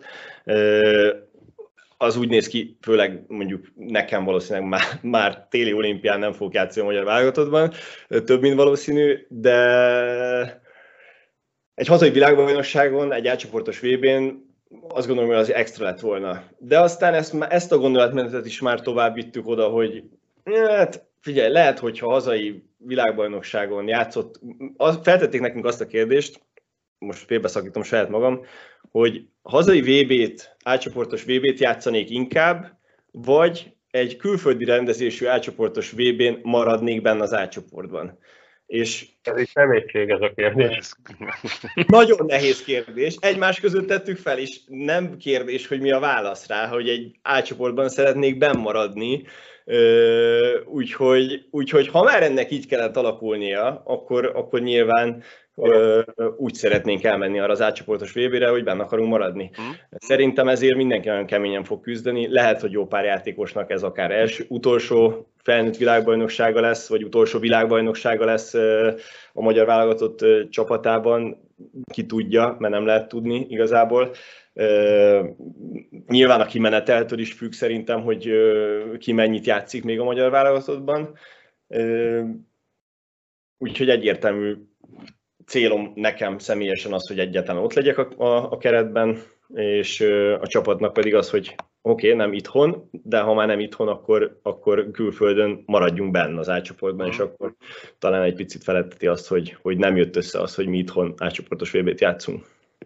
Az úgy néz ki, főleg mondjuk nekem valószínűleg már, már téli olimpián nem fog játszani a magyar válogatottban, több mint valószínű, de egy hazai világbajnokságon, egy átcsoportos vé bén azt gondolom, hogy az extra lett volna. De aztán ezt, ezt a gondolatmenetet is már tovább vittük oda, hogy hát figyelj, lehet, hogyha hazai világbajnokságon játszott, az, feltették nekünk azt a kérdést, most félbeszakítom saját magam, hogy hazai vé bét, átcsoportos vé bét játszanék inkább, vagy egy külföldi rendezésű átcsoportos vé bén maradnék benne az átcsoportban. És ez egy szemétség ez a kérdés. Nagyon nehéz kérdés. Egymás között tettük fel, és nem kérdés, hogy mi a válasz rá, hogy egy átcsoportban szeretnék benn maradni. Úgyhogy, úgyhogy ha már ennek így kellett alakulnia, akkor, akkor nyilván úgy szeretnénk elmenni arra az átcsoportos vé bére, hogy benne akarunk maradni. Szerintem ezért mindenki nagyon keményen fog küzdeni. Lehet, hogy jó pár játékosnak ez akár első, utolsó felnőtt világbajnoksága lesz, vagy utolsó világbajnoksága lesz a magyar válogatott csapatában. ki tudja, mert nem lehet tudni igazából. Uh, nyilván a kimeneteltől is függ szerintem, hogy uh, ki mennyit játszik még a magyar válogatottban. Uh, úgyhogy egyértelmű célom nekem személyesen az, hogy egyáltalán ott legyek a, a, a keretben, és uh, a csapatnak pedig az, hogy oké, okay, nem itthon, de ha már nem itthon, akkor, akkor külföldön maradjunk benne az A-csoportban, és akkor talán egy picit feletteti azt, hogy, hogy nem jött össze az, hogy mi itthon A-csoportos vé bét játszunk.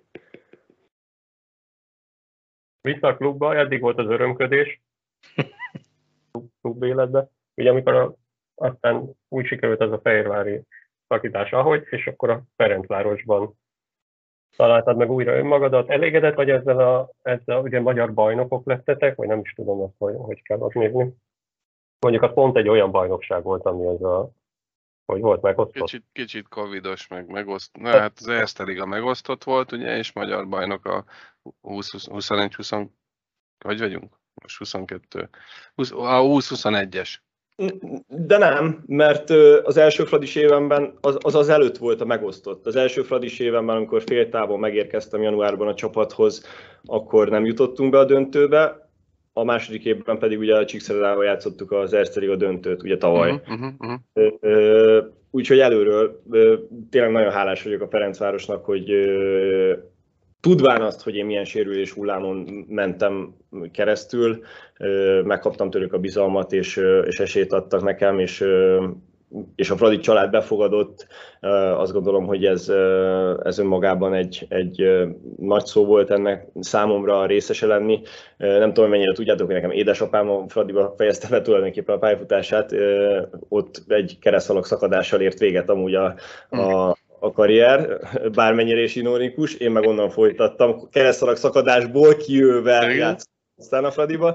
Vissza a klubba, eddig volt az örömködés klub életbe. Ugye amikor a, aztán úgy sikerült az a fehérvári szakítás, ahogy, és akkor a Ferencvárosban találtad meg újra önmagadat. Elégedett vagy ezzel a, ezzel, ugye magyar bajnokok lettetek, vagy nem is tudom azt, hogy, hogy kell azt nézni. Mondjuk az pont egy olyan bajnokság volt, ami ez a, hogy volt megosztott. Kicsit, kicsit covidos, meg megoszt. Na, hát az Erste Liga megosztott volt, ugye, és magyar bajnok a húsz huszonegy húsz, hogy vagyunk? Most huszonkettő. A húsz huszonegyes. De nem, mert az első Fradis évenben az, az az előtt volt a megosztott. Az első Fradis évenben, amikor féltávon megérkeztem januárban a csapathoz, akkor nem jutottunk be a döntőbe. A második évben pedig ugye a Csíkszeredával játszottuk az Erste Liga döntőt, ugye tavaly. Uh-huh, uh-huh, uh-huh. Úgyhogy előről tényleg nagyon hálás vagyok a Ferencvárosnak, hogy tudván azt, hogy én milyen sérülés hullámon mentem keresztül, megkaptam tőlük a bizalmat, és, és esélyt adtak nekem, és, és a Fradi család befogadott. Azt gondolom, hogy ez, ez önmagában egy, egy nagy szó volt ennek számomra részese lenni. Nem tudom, mennyire tudjátok, hogy nekem édesapám a Fradiba fejezte be tulajdonképpen a pályafutását. Ott egy keresztalak szakadással ért véget amúgy a, a a karrier, bármennyire is ironikus, én meg onnan folytattam, keresztalak szakadásból kijöve játszottam aztán a Fradiba.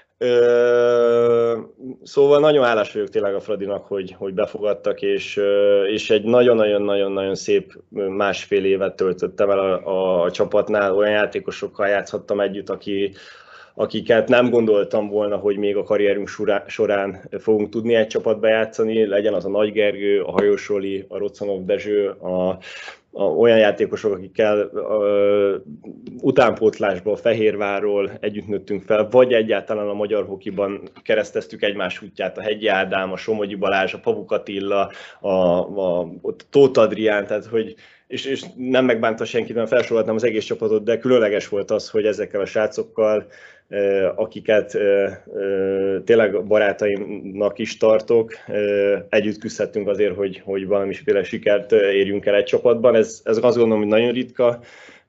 Szóval nagyon hálás vagyok tényleg a Fradinak, hogy, hogy befogadtak, és, és egy nagyon-nagyon-nagyon-nagyon szép másfél évet töltöttem el a, a, a csapatnál, olyan játékosokkal játszhattam együtt, aki, akiket nem gondoltam volna, hogy még a karrierünk során fogunk tudni egy csapatba játszani, legyen az a Nagy Gergő, a Hajós Roli, a Rocanov Dezső, a, a, olyan játékosok, akikkel a, utánpótlásból, Fehérvárról együtt nőttünk fel, vagy egyáltalán a magyar hokiban kereszteztük egymás útját, a Hegyi Ádám, a Somogyi Balázs, a Pavuk Attila, a, a, a Tóth Adrián, tehát hogy És, és nem megbánta senkit, mert felsoroltam az egész csapatot, de különleges volt az, hogy ezekkel a srácokkal, akiket tényleg barátaimnak is tartok, együtt küzdhettünk azért, hogy, hogy valamiféle sikert érjünk el egy csapatban. Ez, ez azt gondolom, hogy nagyon ritka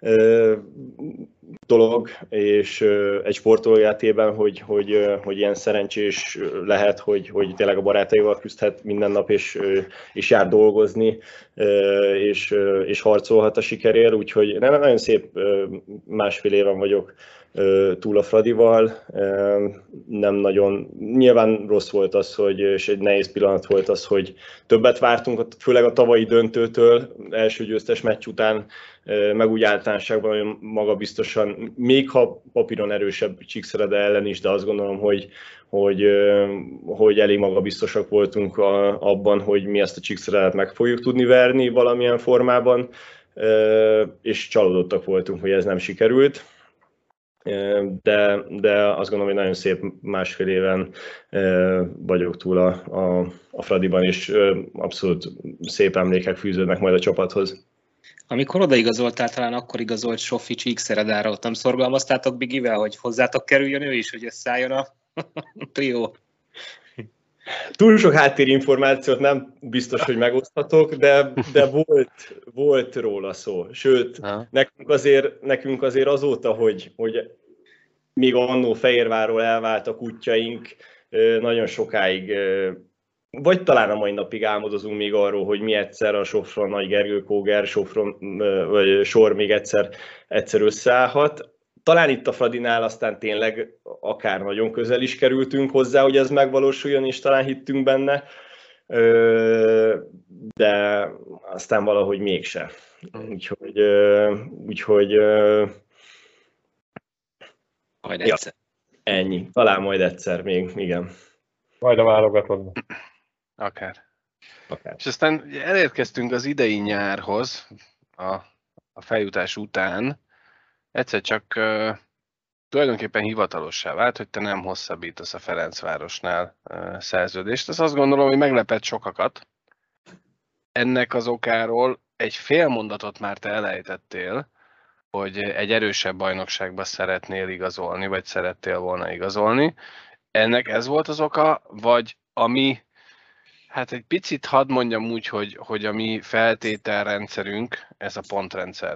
dolog, és egy sportoló életében, hogy, hogy, hogy ilyen szerencsés lehet, hogy, hogy tényleg a barátaival küzdhet minden nap, és, és jár dolgozni, és, és harcolhat a sikerért, úgyhogy nagyon szép másfél éven vagyok túl a Fradival. Nem nagyon, nyilván rossz volt az, hogy, és egy nehéz pillanat volt az, hogy többet vártunk, főleg a tavalyi döntőtől, első győztes meccs után, meg úgy általánosságban nagyon magabiztosan, még ha papíron erősebb Csíkszerede ellen is, de azt gondolom, hogy, hogy, hogy elég magabiztosak voltunk abban, hogy mi ezt a Csíkszeredet meg fogjuk tudni verni valamilyen formában, és csalódottak voltunk, hogy ez nem sikerült. De, de azt gondolom, hogy nagyon szép másfél éven vagyok túl a, a, a Fradiban, és abszolút szép emlékek fűződnek majd a csapathoz. Amikor odaigazoltál, talán akkor igazolt Sofi Csíkszeredára, ott nem szorgalmaztátok Bigivel, hogy hozzátok kerüljön ő is, hogy összeálljon a trió? Túl sok háttérinformációt nem biztos, hogy megoszthatok, de, de volt, volt róla szó. Sőt, nekünk azért, nekünk azért azóta, hogy, hogy még annó Fehérvárról elváltak útjaink, nagyon sokáig, vagy talán a mai napig álmodozunk még arról, hogy mi egyszer a Sofron, Nagy Gergő, Kóger, Sofron, vagy Sor még egyszer, egyszer összeállhat. Talán itt a Fradinál aztán tényleg akár nagyon közel is kerültünk hozzá, hogy ez megvalósuljon, és talán hittünk benne, de aztán valahogy mégse. Úgyhogy... úgyhogy majd egyszer. Ja, ennyi. Talán majd egyszer még, igen. Majd a válogatottban. Akár. Akár. És aztán elérkeztünk az idei nyárhoz, a a feljutás után egyszer csak uh, tulajdonképpen hivatalossá vált, hogy te nem hosszabbítasz a Ferencvárosnál uh, szerződést. Ez azt gondolom, hogy meglepett sokakat. Ennek az okáról egy fél mondatot már te elejtettél, hogy egy erősebb bajnokságba szeretnél igazolni, vagy szerettél volna igazolni. Ennek ez volt az oka, vagy ami, hát egy picit hadd mondjam úgy, hogy, hogy a mi feltételrendszerünk, ez a pontrendszer.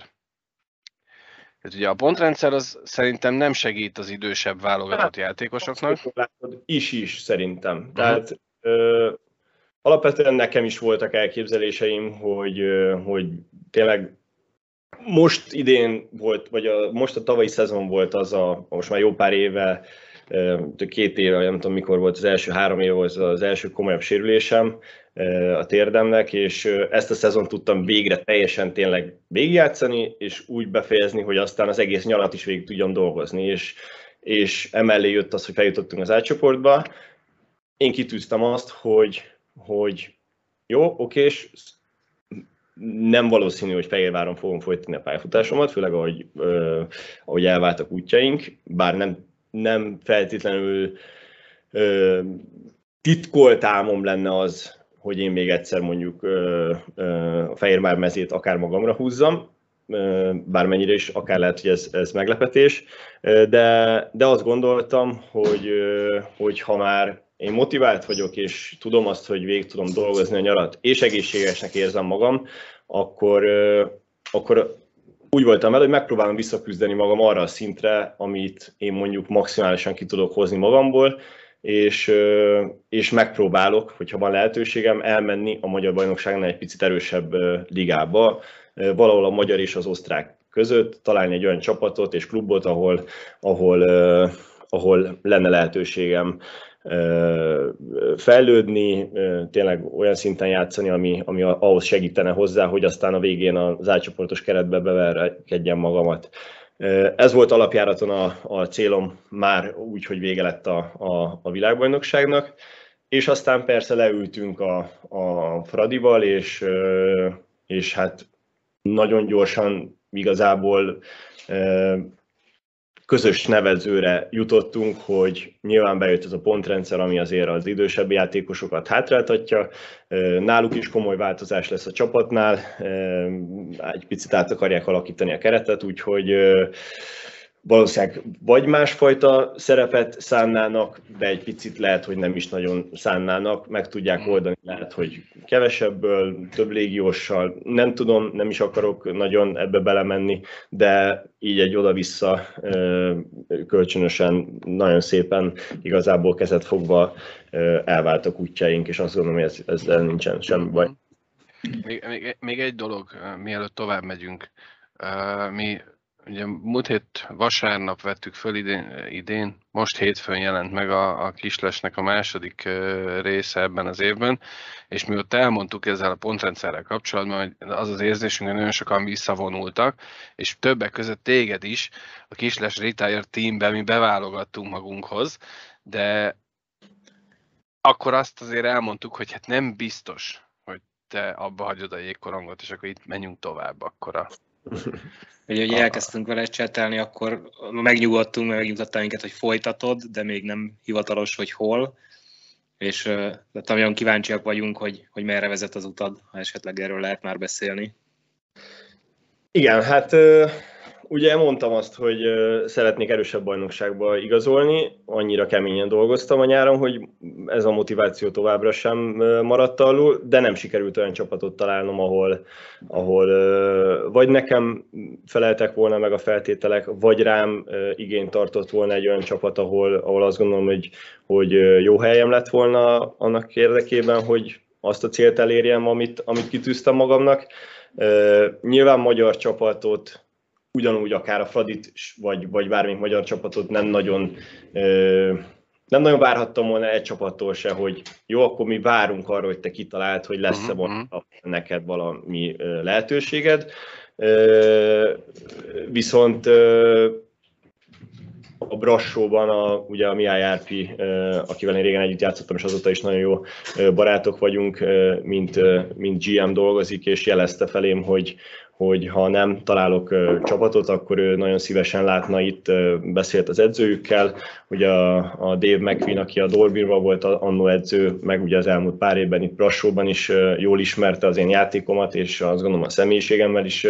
Tehát ugye a pontrendszer az szerintem nem segít az idősebb válogatott játékosoknak. Is is szerintem. Tehát ö, alapvetően nekem is voltak elképzeléseim, hogy, ö, hogy tényleg most idén volt, vagy a, most a tavalyi szezon volt az a, most már jó pár éve, két éve, nem tudom mikor volt az első, három év volt az első komolyabb sérülésem a térdemnek, és ezt a szezon tudtam végre teljesen tényleg végigjátszani, és úgy befejezni, hogy aztán az egész nyarat is végig tudjam dolgozni, és, és emellé jött az, hogy feljutottunk az átcsoportba. Én kitűztem azt, hogy, hogy jó, okés, nem valószínű, hogy Fehérváron fogom folytatni a pályafutásomat, főleg ahogy, ö, ahogy elváltak útjaink, bár nem, nem feltétlenül ö, titkolt álmom lenne az, hogy én még egyszer mondjuk ö, ö, a Fehérvár mezét akár magamra húzzam, ö, bármennyire is, akár lehet, hogy ez, ez meglepetés, de, de azt gondoltam, hogy, ö, hogy ha már én motivált vagyok, és tudom azt, hogy végig tudom dolgozni a nyarat, és egészségesnek érzem magam, akkor, akkor úgy voltam vele, hogy megpróbálom visszaküzdeni magam arra a szintre, amit én mondjuk maximálisan ki tudok hozni magamból, és, és megpróbálok, hogyha van lehetőségem, elmenni a magyar bajnokságnál egy picit erősebb ligába, valahol a magyar és az osztrák között, találni egy olyan csapatot és klubot, ahol, ahol, ahol lenne lehetőségem fejlődni, tényleg olyan szinten játszani, ami, ami ahhoz segítene hozzá, hogy aztán a végén az átcsoportos keretbe beverkedjem magamat. Ez volt alapjáraton a, a célom már úgy, hogy vége lett a, a, a világbajnokságnak, és aztán persze leültünk a, a Fradival, és, és hát nagyon gyorsan igazából közös nevezőre jutottunk, hogy nyilván bejött ez a pontrendszer, ami azért az idősebb játékosokat hátráltatja. Náluk is komoly változás lesz a csapatnál, egy picit át akarják alakítani a keretet, úgyhogy valószínűleg vagy másfajta szerepet szánnának, de egy picit lehet, hogy nem is nagyon szánnának, meg tudják oldani, lehet, hogy kevesebből, több légióssal, nem tudom, nem is akarok nagyon ebbe belemenni, de így egy oda-vissza kölcsönösen nagyon szépen igazából kezet fogva elváltak útjaink, és azt gondolom, hogy ez, ezzel nincsen semmi baj. Még, még, még egy dolog, mielőtt tovább megyünk. Mi ugye múlt hét vasárnap vettük föl idén, idén, most hétfőn jelent meg a, a Kislesnek a második része ebben az évben, és mi ott elmondtuk ezzel a pontrendszerrel kapcsolatban, hogy az az érzésünk, hogy nagyon sokan visszavonultak, és többek között téged is a Kisles Retire Teamben mi beválogattunk magunkhoz, de akkor azt azért elmondtuk, hogy hát nem biztos, hogy te abba hagyod a jégkorongot, és akkor itt menjünk tovább akkor a... Ugye, hogy elkezdtünk vele csetelni, akkor megnyugodtunk, meg megnyugtattál minket, hogy folytatod, de még nem hivatalos, hogy hol. És tehát nagyon kíváncsiak vagyunk, hogy, hogy merre vezet az utad, ha esetleg erről lehet már beszélni. Igen, hát ugye mondtam azt, hogy szeretnék erősebb bajnokságba igazolni, annyira keményen dolgoztam a nyáron, hogy ez a motiváció továbbra sem maradt alul, de nem sikerült olyan csapatot találnom, ahol, ahol vagy nekem feleltek volna meg a feltételek, vagy rám igényt tartott volna egy olyan csapat, ahol, ahol azt gondolom, hogy, hogy jó helyem lett volna annak érdekében, hogy azt a célt elérjem, amit, amit kitűztem magamnak. Nyilván magyar csapatot, ugyanúgy akár a Fradit, vagy, vagy bármelyik magyar csapatot nem nagyon, nem nagyon várhattam volna egy csapattól se, hogy jó, akkor mi várunk arra, hogy te kitaláld, hogy lesz-e uh-huh. neked valami lehetőséged. Viszont a Brassóban, a, ugye a Mihály Árpi, akivel én régen együtt játszottam, és azóta is nagyon jó barátok vagyunk, mint, mint gé em dolgozik, és jelezte felém, hogy, hogy ha nem találok csapatot, akkor ő nagyon szívesen látna itt, beszélt az edzőjükkel, ugye a, a Dave McQueen, aki a Dolbirban volt annó edző, meg ugye az elmúlt pár évben itt Brassóban is jól ismerte az én játékomat, és azt gondolom a személyiségemmel is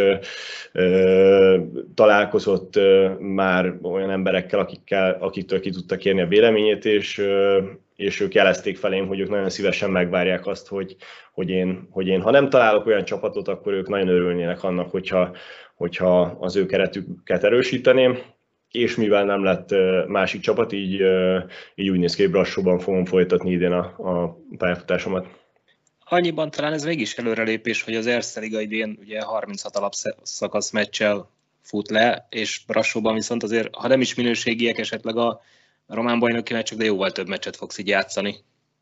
találkozott már olyan emberekkel, akikkel, akiktől ki tudta kérni a véleményét, és és ők jelezték felém, hogy ők nagyon szívesen megvárják azt, hogy, hogy, én, hogy én, ha nem találok olyan csapatot, akkor ők nagyon örülnének annak, hogyha, hogyha az ő keretüket erősíteném, és mivel nem lett másik csapat, így, így úgy néz ki, hogy Brassóban fogom folytatni idén a, a pályafutásomat. Annyiban talán ez mégis előrelépés, hogy az Erste Liga idén ugye harminchat alapszakasz meccsel fut le, és Brassóban viszont azért, ha nem is minőségiek, esetleg a a román bajnoki meccsek, de jóval több meccset fogsz így játszani.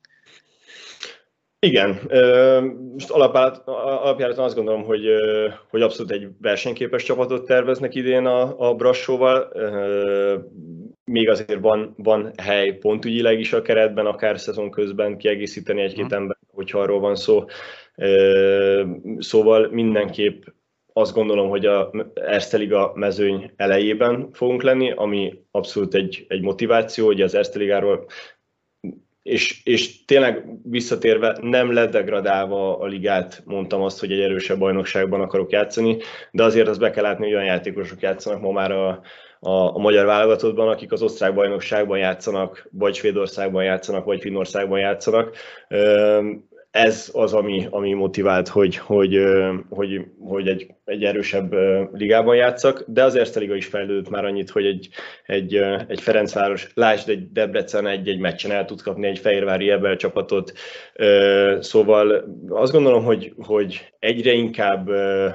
Igen, most alapjáraton azt gondolom, hogy, hogy abszolút egy versenyképes csapatot terveznek idén a, a Brassóval. Még azért van, van hely pontügyileg is a keretben, akár szezon közben kiegészíteni egy-két ember, hogyha arról van szó. Szóval mindenképp azt gondolom, hogy a Erste Liga mezőny elejében fogunk lenni, ami abszolút egy, egy motiváció, hogy az Erste Ligáról, és, és tényleg visszatérve, nem ledegradálva a ligát mondtam azt, hogy egy erősebb bajnokságban akarok játszani, de azért azt be kell látni, hogy olyan játékosok játszanak ma már a, a, a magyar válogatottban, akik az osztrák bajnokságban játszanak, vagy Svédországban játszanak, vagy Finnországban játszanak. Ez az, ami, ami motivált, hogy, hogy, hogy, hogy egy, egy erősebb ligában játszak, de az Erste Liga is fejlődött már annyit, hogy egy, egy, egy Ferencváros, lásd egy Debrecen egy-egy meccsen el tud kapni egy fehérvári Ebel csapatot. Szóval azt gondolom, hogy, hogy egyre inkább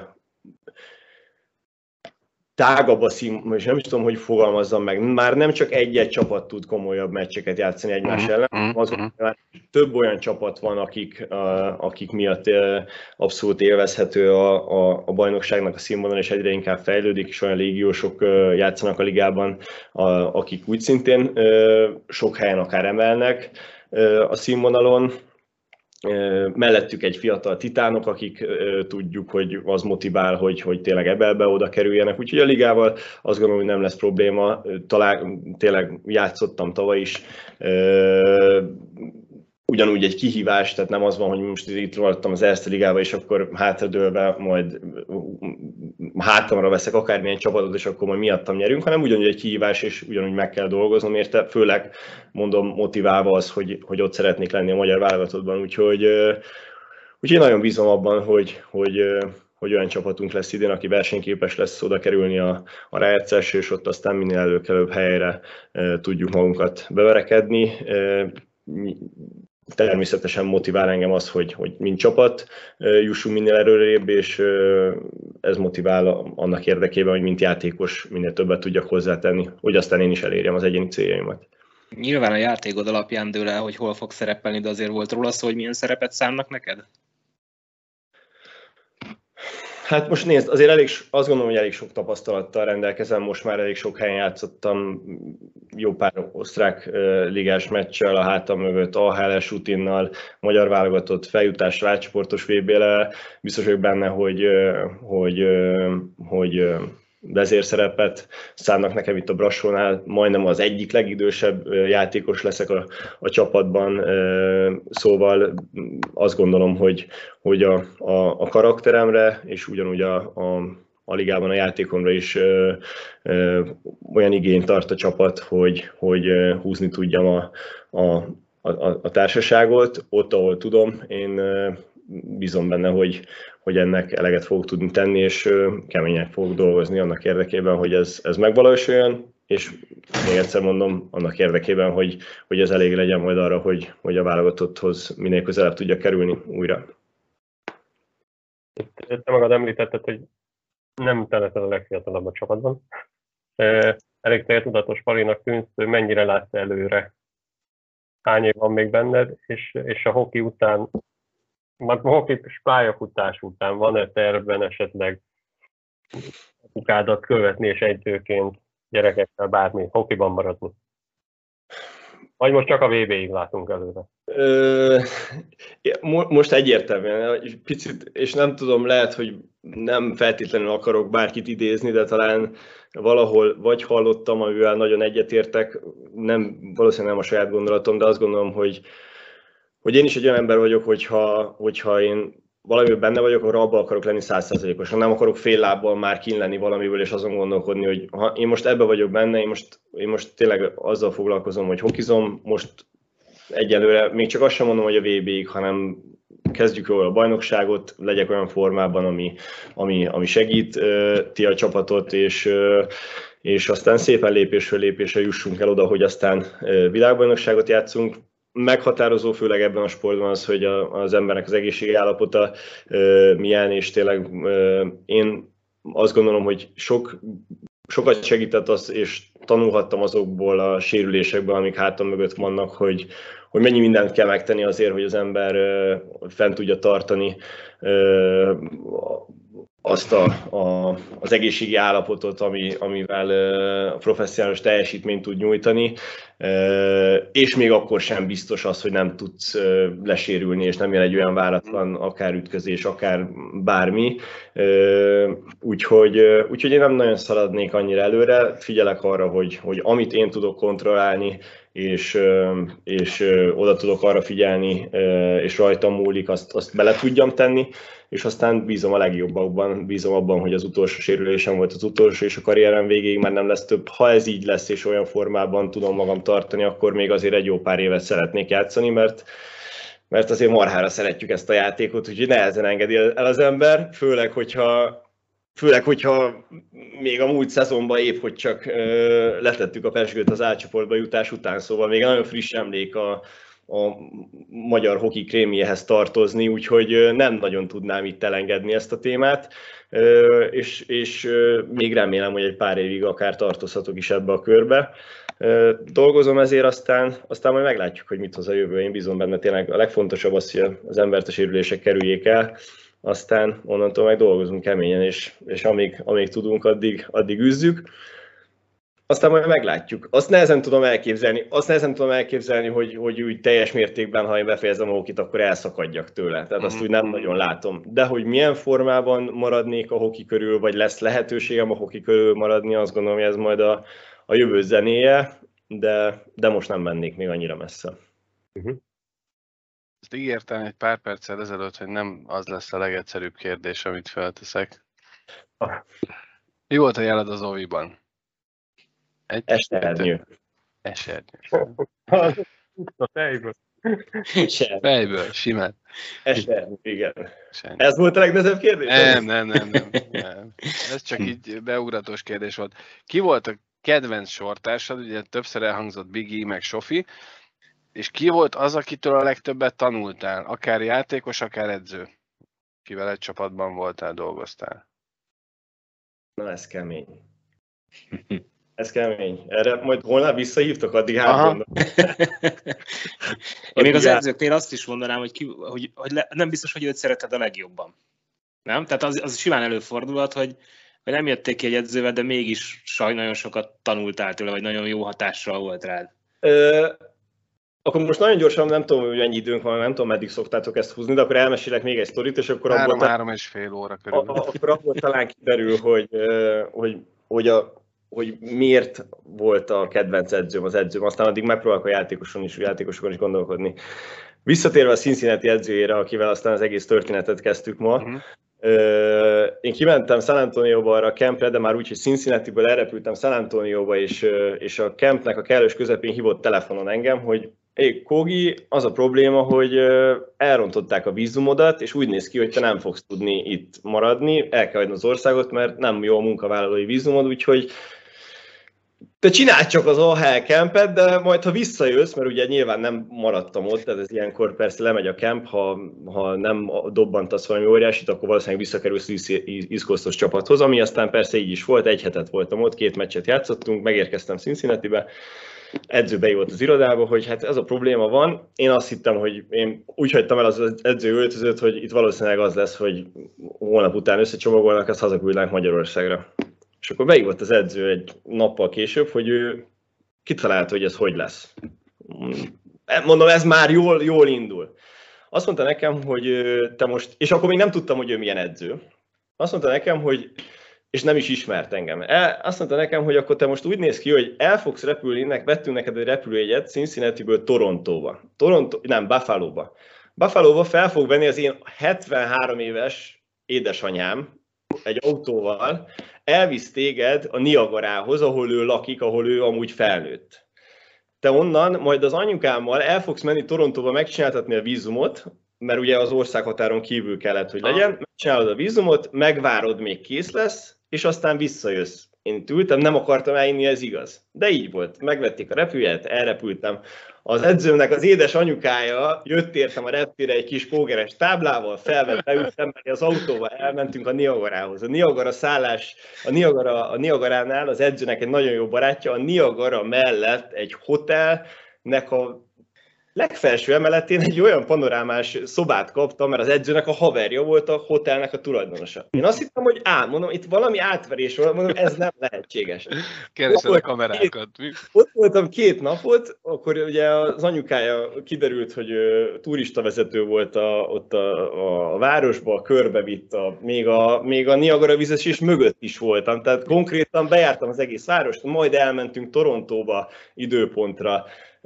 tágabb a szín, és nem is tudom, hogy fogalmazzam meg, már nem csak egy-egy csapat tud komolyabb meccseket játszani egymás ellen, azon már több olyan csapat van, akik, akik miatt abszolút élvezhető a, a, a bajnokságnak a színvonal, és egyre inkább fejlődik, és olyan légiósok játszanak a ligában, akik úgy szintén sok helyen akár emelnek a színvonalon. Mellettük egy fiatal titánok, akik tudjuk, hogy az motivál, hogy, hogy tényleg ebelbe oda kerüljenek. Úgyhogy a ligával azt gondolom, hogy nem lesz probléma. Talán tényleg játszottam tavaly is. Ugyanúgy egy kihívás, tehát nem az van, hogy most itt voltam az Erste Ligába, és akkor hátradőlve majd hátamra veszek akármilyen csapatot, és akkor majd miattam nyerünk, hanem ugyanúgy egy kihívás, és ugyanúgy meg kell dolgoznom érte, főleg mondom motiválva az, hogy, hogy ott szeretnék lenni a magyar válogatottban, úgyhogy, úgyhogy nagyon bízom abban, hogy, hogy, hogy olyan csapatunk lesz idén, aki versenyképes lesz oda kerülni a, a rájátszásra, és ott aztán minél előkelőbb helyre tudjuk magunkat beverekedni. Természetesen motivál engem az, hogy, hogy mint csapat jussunk minél erőrébb, és ez motivál annak érdekében, hogy mint játékos minél többet tudjak hozzátenni, hogy aztán én is elérjem az egyéni céljaimat. Nyilván a játékod alapján dől el, hogy hol fog szerepelni, de azért volt róla szó, hogy milyen szerepet szánnak neked? Hát most nézd, azért elég, azt gondolom, hogy elég sok tapasztalattal rendelkezem, most már elég sok helyen játszottam, jó pár osztrák ligás meccsel, a hátam mögött á há el-es rutinnal, magyar válogatott feljutás rácsoportos vé bé-re, biztos vagyok benne, hogy, hogy, hogy vezérszerepet szánnak nekem itt a Brassónál, majdnem az egyik legidősebb játékos leszek a, a csapatban, szóval azt gondolom, hogy, hogy a, a, a karakteremre és ugyanúgy a, a, a ligában a játékomra is ö, ö, olyan igényt tart a csapat, hogy, hogy húzni tudjam a, a, a, a társaságot, ott, ahol tudom, én bízom benne, hogy, hogy ennek eleget fogok tudni tenni, és keményen fogok dolgozni annak érdekében, hogy ez, ez megvalósuljon, és még egyszer mondom, annak érdekében, hogy, hogy ez elég legyen majd arra, hogy, hogy a válogatotthoz minél közelebb tudja kerülni újra. Te magad említetted, hogy nem te leszel a legfiatalabb a csapatban. Elég céltudatos Palinak tűnsz, mennyire látsz előre? Hány év van még benned, és, és a hoki után, a hoki pályafutás után van-e tervben esetleg ukádat követni, és egyzőként gyerekekkel bármi hokiban maradni? Vagy most csak a vé bé-ig látunk előre? Ö, most egyértelműen, picit, és nem tudom, lehet, hogy nem feltétlenül akarok bárkit idézni, de talán valahol vagy hallottam, amivel nagyon egyetértek, nem, valószínűleg nem a saját gondolatom, de azt gondolom, hogy, hogy én is egy olyan ember vagyok, hogyha, hogyha én valamiben benne vagyok, akkor abban akarok lenni száz százalékosan. Nem akarok fél lábbal már kín lenni valamiből, és azon gondolkodni, hogy ha én most ebbe vagyok benne, én most, én most tényleg azzal foglalkozom, hogy hokizom, most egyelőre még csak azt sem mondom, hogy a vé bé-ig, hanem kezdjük jól a bajnokságot, legyek olyan formában, ami, ami, ami segít uh, ti a csapatot, és, uh, és aztán szépen lépésről lépésre jussunk el oda, hogy aztán uh, világbajnokságot játszunk. Meghatározó, főleg ebben a sportban az, hogy a, az embernek az egészségi állapota uh, milyen, és tényleg uh, én azt gondolom, hogy sok, sokat segített az, és tanulhattam azokból a sérülésekből, amik hátam mögött vannak, hogy, hogy mennyi mindent kell megtenni azért, hogy az ember uh, fent tudja tartani uh, azt a, a, az egészségi állapotot, ami, amivel uh, professzionális teljesítményt tud nyújtani, uh, és még akkor sem biztos az, hogy nem tudsz uh, lesérülni, és nem jön egy olyan váratlan akár ütközés, akár bármi. Uh, úgyhogy, uh, úgyhogy én nem nagyon szaladnék annyira előre, figyelek arra, hogy, hogy amit én tudok kontrollálni, és, és oda tudok arra figyelni, és rajtam múlik, azt, azt bele tudjam tenni, és aztán bízom a legjobbakban, bízom abban, hogy az utolsó sérülésem volt az utolsó, és a karrierem végéig már nem lesz több. Ha ez így lesz, és olyan formában tudom magam tartani, akkor még azért egy jó pár évet szeretnék játszani, mert, mert azért marhára szeretjük ezt a játékot, úgyhogy nehezen engedi el az ember, főleg, hogyha Főleg, hogyha még a múlt szezonban épp, hogy csak ö, letettük a pezsgőt az átcsoportba jutás után, szóval még nagyon friss emlék a, a magyar hoki krémjéhez tartozni, úgyhogy nem nagyon tudnám itt elengedni ezt a témát, ö, és, és ö, még remélem, hogy egy pár évig akár tartozhatok is ebbe a körbe. Ö, dolgozom ezért, aztán, aztán majd meglátjuk, hogy mit hoz a jövő. Én bízom benne, tényleg a legfontosabb az, hogy az embert a sérülések kerüljék el, aztán onnantól meg dolgozunk keményen, és, és amíg, amíg tudunk, addig, addig üzzük. Aztán majd meglátjuk. Azt nehezen tudom elképzelni, azt nehezen tudom elképzelni, hogy, hogy úgy teljes mértékben, ha én befejezem a hokit, akkor elszakadjak tőle. Tehát azt úgy nem nagyon látom. De hogy milyen formában maradnék a hoki körül, vagy lesz lehetőségem a hoki körül maradni, azt gondolom, hogy ez majd a, a jövő zenéje, de, de most nem mennék még annyira messze. Uh-huh. Ezt ígértem egy pár perccel ezelőtt, hogy nem az lesz a legegyszerűbb kérdés, amit felteszek. Mi volt a jeled az oviban? Egy Esernyő. Esernyő. A fejből. Fejből, simán. Esernyő, igen. Esernyő. Ez volt a legnehezebb kérdés? Nem, nem, nem, nem, nem. Ez csak így beugratós kérdés volt. Ki volt a kedvenc sortársad? Ugye többször elhangzott Bigi, meg Sofi. És ki volt az, akitől a legtöbbet tanultál? Akár játékos, akár edző? Kivel egy csapatban voltál, dolgoztál? Na, ez kemény. Ez kemény. Erre majd holnap visszahívtok, addig hátgondolom. Én még az edzőknél azt is mondanám, hogy, ki, hogy, hogy le, nem biztos, hogy őt szereted a legjobban. Nem? Tehát az, az simán előfordulhat, hogy, hogy nem jöttél ki egy edzővel, de mégis saj, nagyon sokat tanultál tőle, vagy nagyon jó hatással volt rád. Ö, akkor most nagyon gyorsan, nem tudom, hogy ennyi időnk van, nem tudom, meddig szoktátok ezt húzni, de akkor elmesélek még egy sztorit, és akkor három, abból, három és fél óra körülbelül. akkor abból talán kiderül, hogy, hogy, hogy, a, hogy miért volt a kedvenc edzőm az edzőm. Aztán addig megpróbálok a játékoson is, játékosokon is gondolkodni. Visszatérve a Cincinnati edzőjére, akivel aztán az egész történetet kezdtük ma, uh-huh. Én kimentem San Antonióba arra a campre, de már úgy, hogy Cincinnatiből elrepültem San Antonióba, és, és a campnek a kellős közepén hívott telefonon engem, hogy hé, Kogi, az a probléma, hogy elrontották a vízumodat, és úgy néz ki, hogy te nem fogsz tudni itt maradni, el kell hagyni az országot, mert nem jó a munkavállalói vízumod, úgyhogy te csinálj csak az á há el campet, de majd ha visszajössz, mert ugye nyilván nem maradtam ott, tehát ez ilyenkor persze lemegy a camp, ha, ha nem dobbantasz valami óriásit, akkor valószínűleg visszakerülsz East Coast-os csapathoz, ami aztán persze így is volt, egy hetet voltam ott, két meccset játszottunk, megérkeztem Cincinnatibe, edző bejött az irodába, hogy hát ez a probléma van. Én azt hittem, hogy én úgy hagytam el az edző öltözőt, hogy itt valószínűleg az lesz, hogy holnap után összecsomagolnak, ezt hazaküldnek Magyarországra. És akkor beívott az edző egy nappal később, hogy ő kitalálta, hogy ez hogy lesz. mondom, ez már jól, jól indul. Azt mondta nekem, hogy te most, és akkor még nem tudtam, hogy ő milyen edző. Azt mondta nekem, hogy, és nem is ismert engem. El, azt mondta nekem, hogy akkor te most úgy néz ki, hogy el fogsz repülni, nek, vettünk neked egy repülőjegyet Cincinnati-ből Torontóba. Toronto, nem, Buffalo-ba. Buffalo-ba fel fog venni az én hetvenhárom éves édesanyám egy autóval, elvisz téged a Niagarához, ahol ő lakik, ahol ő amúgy felnőtt. Te onnan majd az anyukámmal el fogsz menni Torontóba megcsináltatni a vízumot, mert ugye az országhatáron kívül kellett, hogy legyen, megcsinálod a vízumot, megvárod, még kész lesz, és aztán visszajössz. Én ültem, nem akartam elinni, ez igaz. De így volt. Megvették a repülőjegyet, elrepültem. Az edzőmnek az édes anyukája jött értem a reptére egy kis pógeres táblával, felvett, beültem, mert az autóval elmentünk a Niagarához. A Niagara szállás, a, Niagara, a Niagaránál az edzőnek egy nagyon jó barátja, a Niagara mellett egy hotelnek a legfelső emeletén egy olyan panorámás szobát kaptam, mert az edzőnek a haverja volt a hotelnek a tulajdonosa. Én azt hittem, hogy á, mondom, itt valami átverés van, mondom, ez nem lehetséges. Keresed a kamerákat. Két, ott voltam két napot, akkor ugye az anyukája kiderült, hogy turistavezető volt a, ott a, a városban, körbevitt, a, még, a, még a Niagara vizesés mögött is voltam, tehát konkrétan bejártam az egész várost, majd elmentünk Torontóba időpontra,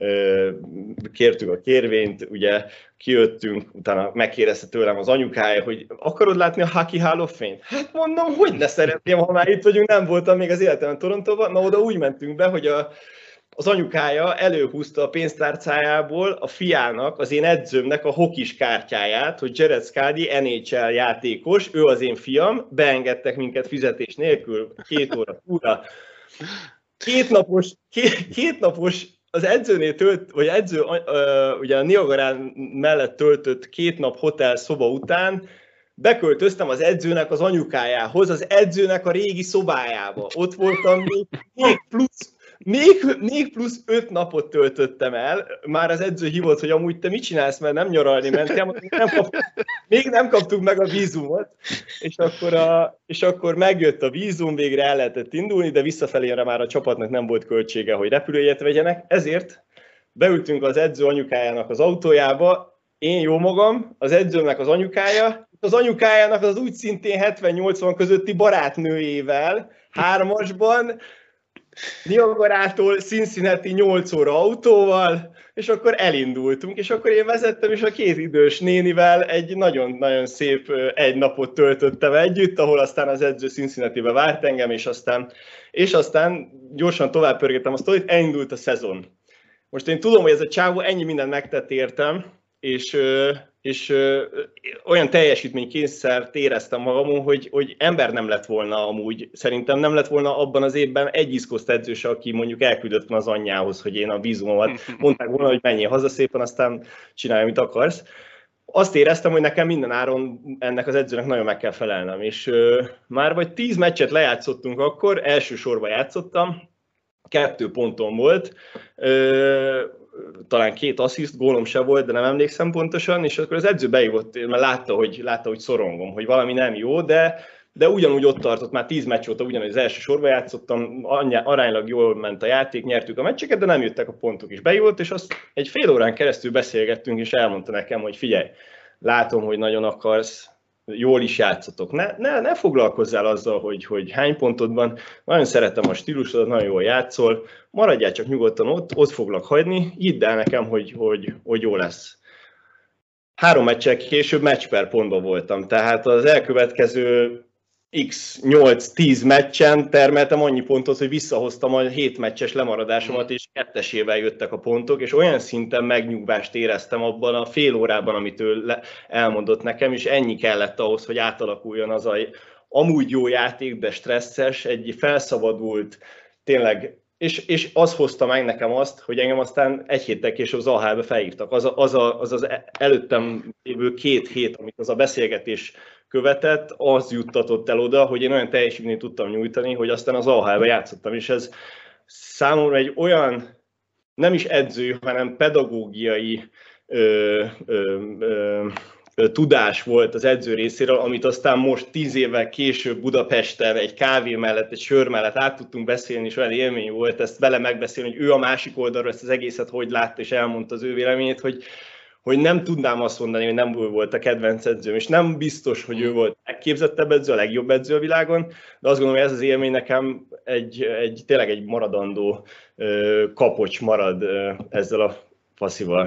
kértük a kérvényt, ugye kijöttünk, utána megkérdezte tőlem az anyukája, hogy akarod látni a Hockey Hall of Fame-t? Hát mondom, hogy ne szeretném, ha már itt vagyunk, nem voltam még az életemben Torontóban. Na oda úgy mentünk be, hogy a, az anyukája előhúzta a pénztárcájából a fiának, az én edzőmnek a hokis kártyáját, hogy Jared Scaldi en há el játékos, ő az én fiam, beengedtek minket fizetés nélkül, két óra túra. Két napos, két, két napos az edzőnél tölt, vagy edző ugye a Niagarán mellett töltött két nap hotel szoba után beköltöztem az edzőnek az anyukájához, az edzőnek a régi szobájába. Ott voltam még, még plusz, még, még plusz öt napot töltöttem el. Már az edző hívott, hogy amúgy te mit csinálsz, mert nem nyaralni mentél, nem kaptuk, még nem kaptuk meg a vízumot. És akkor, a, és akkor megjött a vízum, végre el lehetett indulni, de visszafelére már a csapatnak nem volt költsége, hogy repülőjegyet vegyenek. Ezért beültünk az edző anyukájának az autójába, én jó magam, az edzőmnek az anyukája, az anyukájának az úgy szintén hetven-nyolcvan közötti barátnőjével, hármasban, Niagarától Cincinnati nyolc óra autóval, és akkor elindultunk, és akkor én vezettem, és a két idős nénivel egy nagyon-nagyon szép egy napot töltöttem együtt, ahol aztán az edző Cincinnatibe várt engem, és aztán, és aztán gyorsan tovább pörgettem a sztorit, elindult a szezon. Most én tudom, hogy ez a csávó ennyi mindent megtett értem, és, és olyan teljesítménykényszert éreztem magamon, hogy, hogy ember nem lett volna amúgy, szerintem nem lett volna abban az évben egy iszkoszt edzős, aki mondjuk elküldött volna az anyjához, hogy én a vízumomat mondták volna, hogy menjél haza szépen, aztán csinálj, amit akarsz. Azt éreztem, hogy nekem minden áron ennek az edzőnek nagyon meg kell felelnem, és uh, már vagy tíz meccset lejátszottunk akkor, első sorban játszottam, kettő ponton volt, uh, talán két assziszt, gólom se volt, de nem emlékszem pontosan, és akkor az edző beívott, mert látta, hogy, látta, hogy szorongom, hogy valami nem jó, de, de ugyanúgy ott tartott, már tíz meccs óta ugyanúgy az első sorba játszottam, aránylag jól ment a játék, nyertük a meccseket, de nem jöttek a pontok is. Beívott, és azt egy fél órán keresztül beszélgettünk, és elmondta nekem, hogy figyelj, látom, hogy nagyon akarsz, jól is játszotok. Ne, ne, ne foglalkozzál azzal, hogy, hogy hány pontod van, nagyon szeretem a stílusodat, nagyon jól játszol, maradjál csak nyugodtan ott, ott foglak hagyni, hidd el nekem, hogy, hogy, hogy jó lesz. Három meccsel később meccs per pontban voltam, tehát az elkövetkező x nyolc-tíz meccsen termeltem annyi pontot, hogy visszahoztam a hét meccses lemaradásomat, és kettesével jöttek a pontok, és olyan szinten megnyugvást éreztem abban a fél órában, amit ő elmondott nekem, és ennyi kellett ahhoz, hogy átalakuljon az a amúgy jó játék, de stresszes, egy felszabadult, tényleg, és, és az hozta meg nekem azt, hogy engem aztán egy héttel később az á há el-be felhívtak. Az, a, az, a, az az előttem lévő két hét, amit az a beszélgetés követett, az juttatott el oda, hogy én olyan teljesítményt tudtam nyújtani, hogy aztán az á há el-ben játszottam, és ez számomra egy olyan, nem is edzői, hanem pedagógiai ö, ö, ö, tudás volt az edző részéről, amit aztán most tíz évvel később Budapesten egy kávé mellett, egy sör mellett át tudtunk beszélni, és olyan élmény volt ezt vele megbeszélni, hogy ő a másik oldalról ezt az egészet hogy látta, és elmondta az ő véleményét, hogy, hogy nem tudnám azt mondani, hogy nem ő volt a kedvenc edzőm, és nem biztos, hogy ő volt a legképzettebb edző, a legjobb edző a világon, de azt gondolom, hogy ez az élmény nekem egy, egy tényleg egy maradandó kapocs marad ezzel a faszival.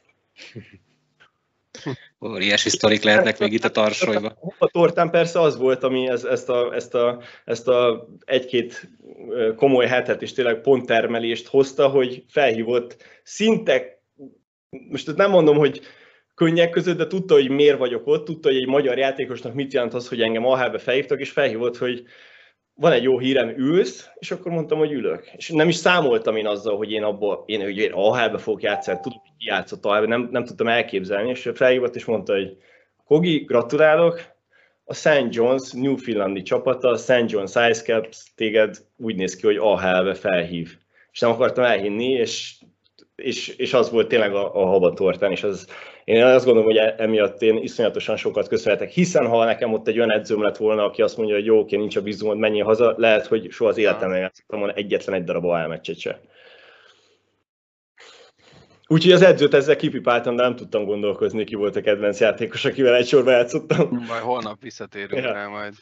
Óriási sztorik lehetnek még itt a Tarsolyban. A tortán persze az volt, ami ez, ezt, a, ezt, a, ezt a egy-két komoly hetet és tényleg ponttermelést hozta, hogy felhívott szinte, most nem mondom, hogy könnyek között, de tudta, hogy miért vagyok ott, tudta, hogy egy magyar játékosnak mit jelent az, hogy engem á há bé felhívtak, és felhívott, hogy van egy jó hírem, ülsz, és akkor mondtam, hogy ülök. És nem is számoltam én azzal, hogy én abban, én, hogy én á há bé fogok játszani, tudom, hogy ki játszott á há bé, nem, nem tudtam elképzelni, és felhívott, és mondta, hogy Kogi, gratulálok, a Saint John's Newfoundlandi csapata, a Saint John's Ice Caps téged úgy néz ki, hogy á há bé felhív. És nem akartam elhinni, és, és, és az volt tényleg a, a habatortán, és az, én azt gondolom, hogy emiatt én iszonyatosan sokat köszönhetek, hiszen ha nekem ott egy olyan edzőm lett volna, aki azt mondja, hogy jó, oké, nincs a bizalmad, menjél haza, lehet, hogy soha az életemben játszottam volna egyetlen egy darab á há meccset se. Úgyhogy az edzőt ezzel kipipáltam, de nem tudtam gondolkozni, ki volt a kedvenc játékos, akivel egy sorba játszottam. Majd holnap visszatérünk ja. rá majd.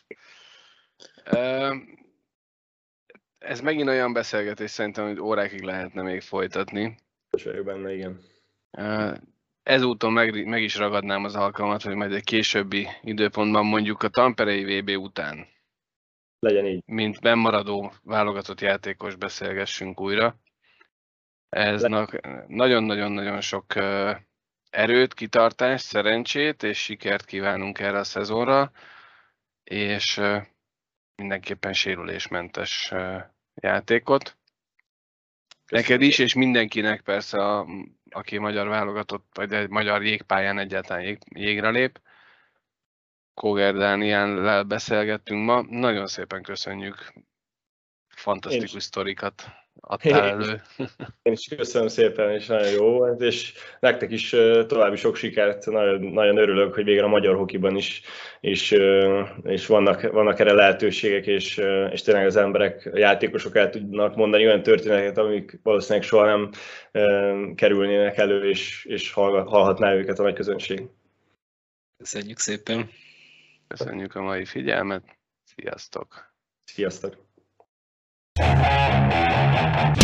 Ez megint olyan beszélgetés szerintem, hogy órákig lehetne még folytatni. És vagyok benne, igen. Ezúton meg, meg is ragadnám az alkalmat, hogy majd egy későbbi időpontban, mondjuk a tamperei vé bé után, legyen így, mint bennmaradó válogatott játékos beszélgessünk újra. Ez nagyon-nagyon-nagyon sok erőt, kitartást, szerencsét és sikert kívánunk erre a szezonra, és mindenképpen sérülésmentes játékot. Neked is, és mindenkinek persze, a, aki magyar válogatott, vagy egy magyar jégpályán egyáltalán jég, jégre lép. Kóger Dániellel beszélgettünk ma. Nagyon szépen köszönjük. Fantasztikus sztorikat adtál elő. Én is köszönöm szépen, és nagyon jó volt, és nektek is további sok sikert. Nagyon, nagyon örülök, hogy végre a magyar hokiban is, és, és vannak, vannak erre lehetőségek, és, és tényleg az emberek, a játékosok el tudnak mondani olyan történeteket, amik valószínűleg soha nem kerülnének elő, és, és hallhatná őket a nagy közönség. Köszönjük szépen! Köszönjük a mai figyelmet! Sziasztok! Sziasztok!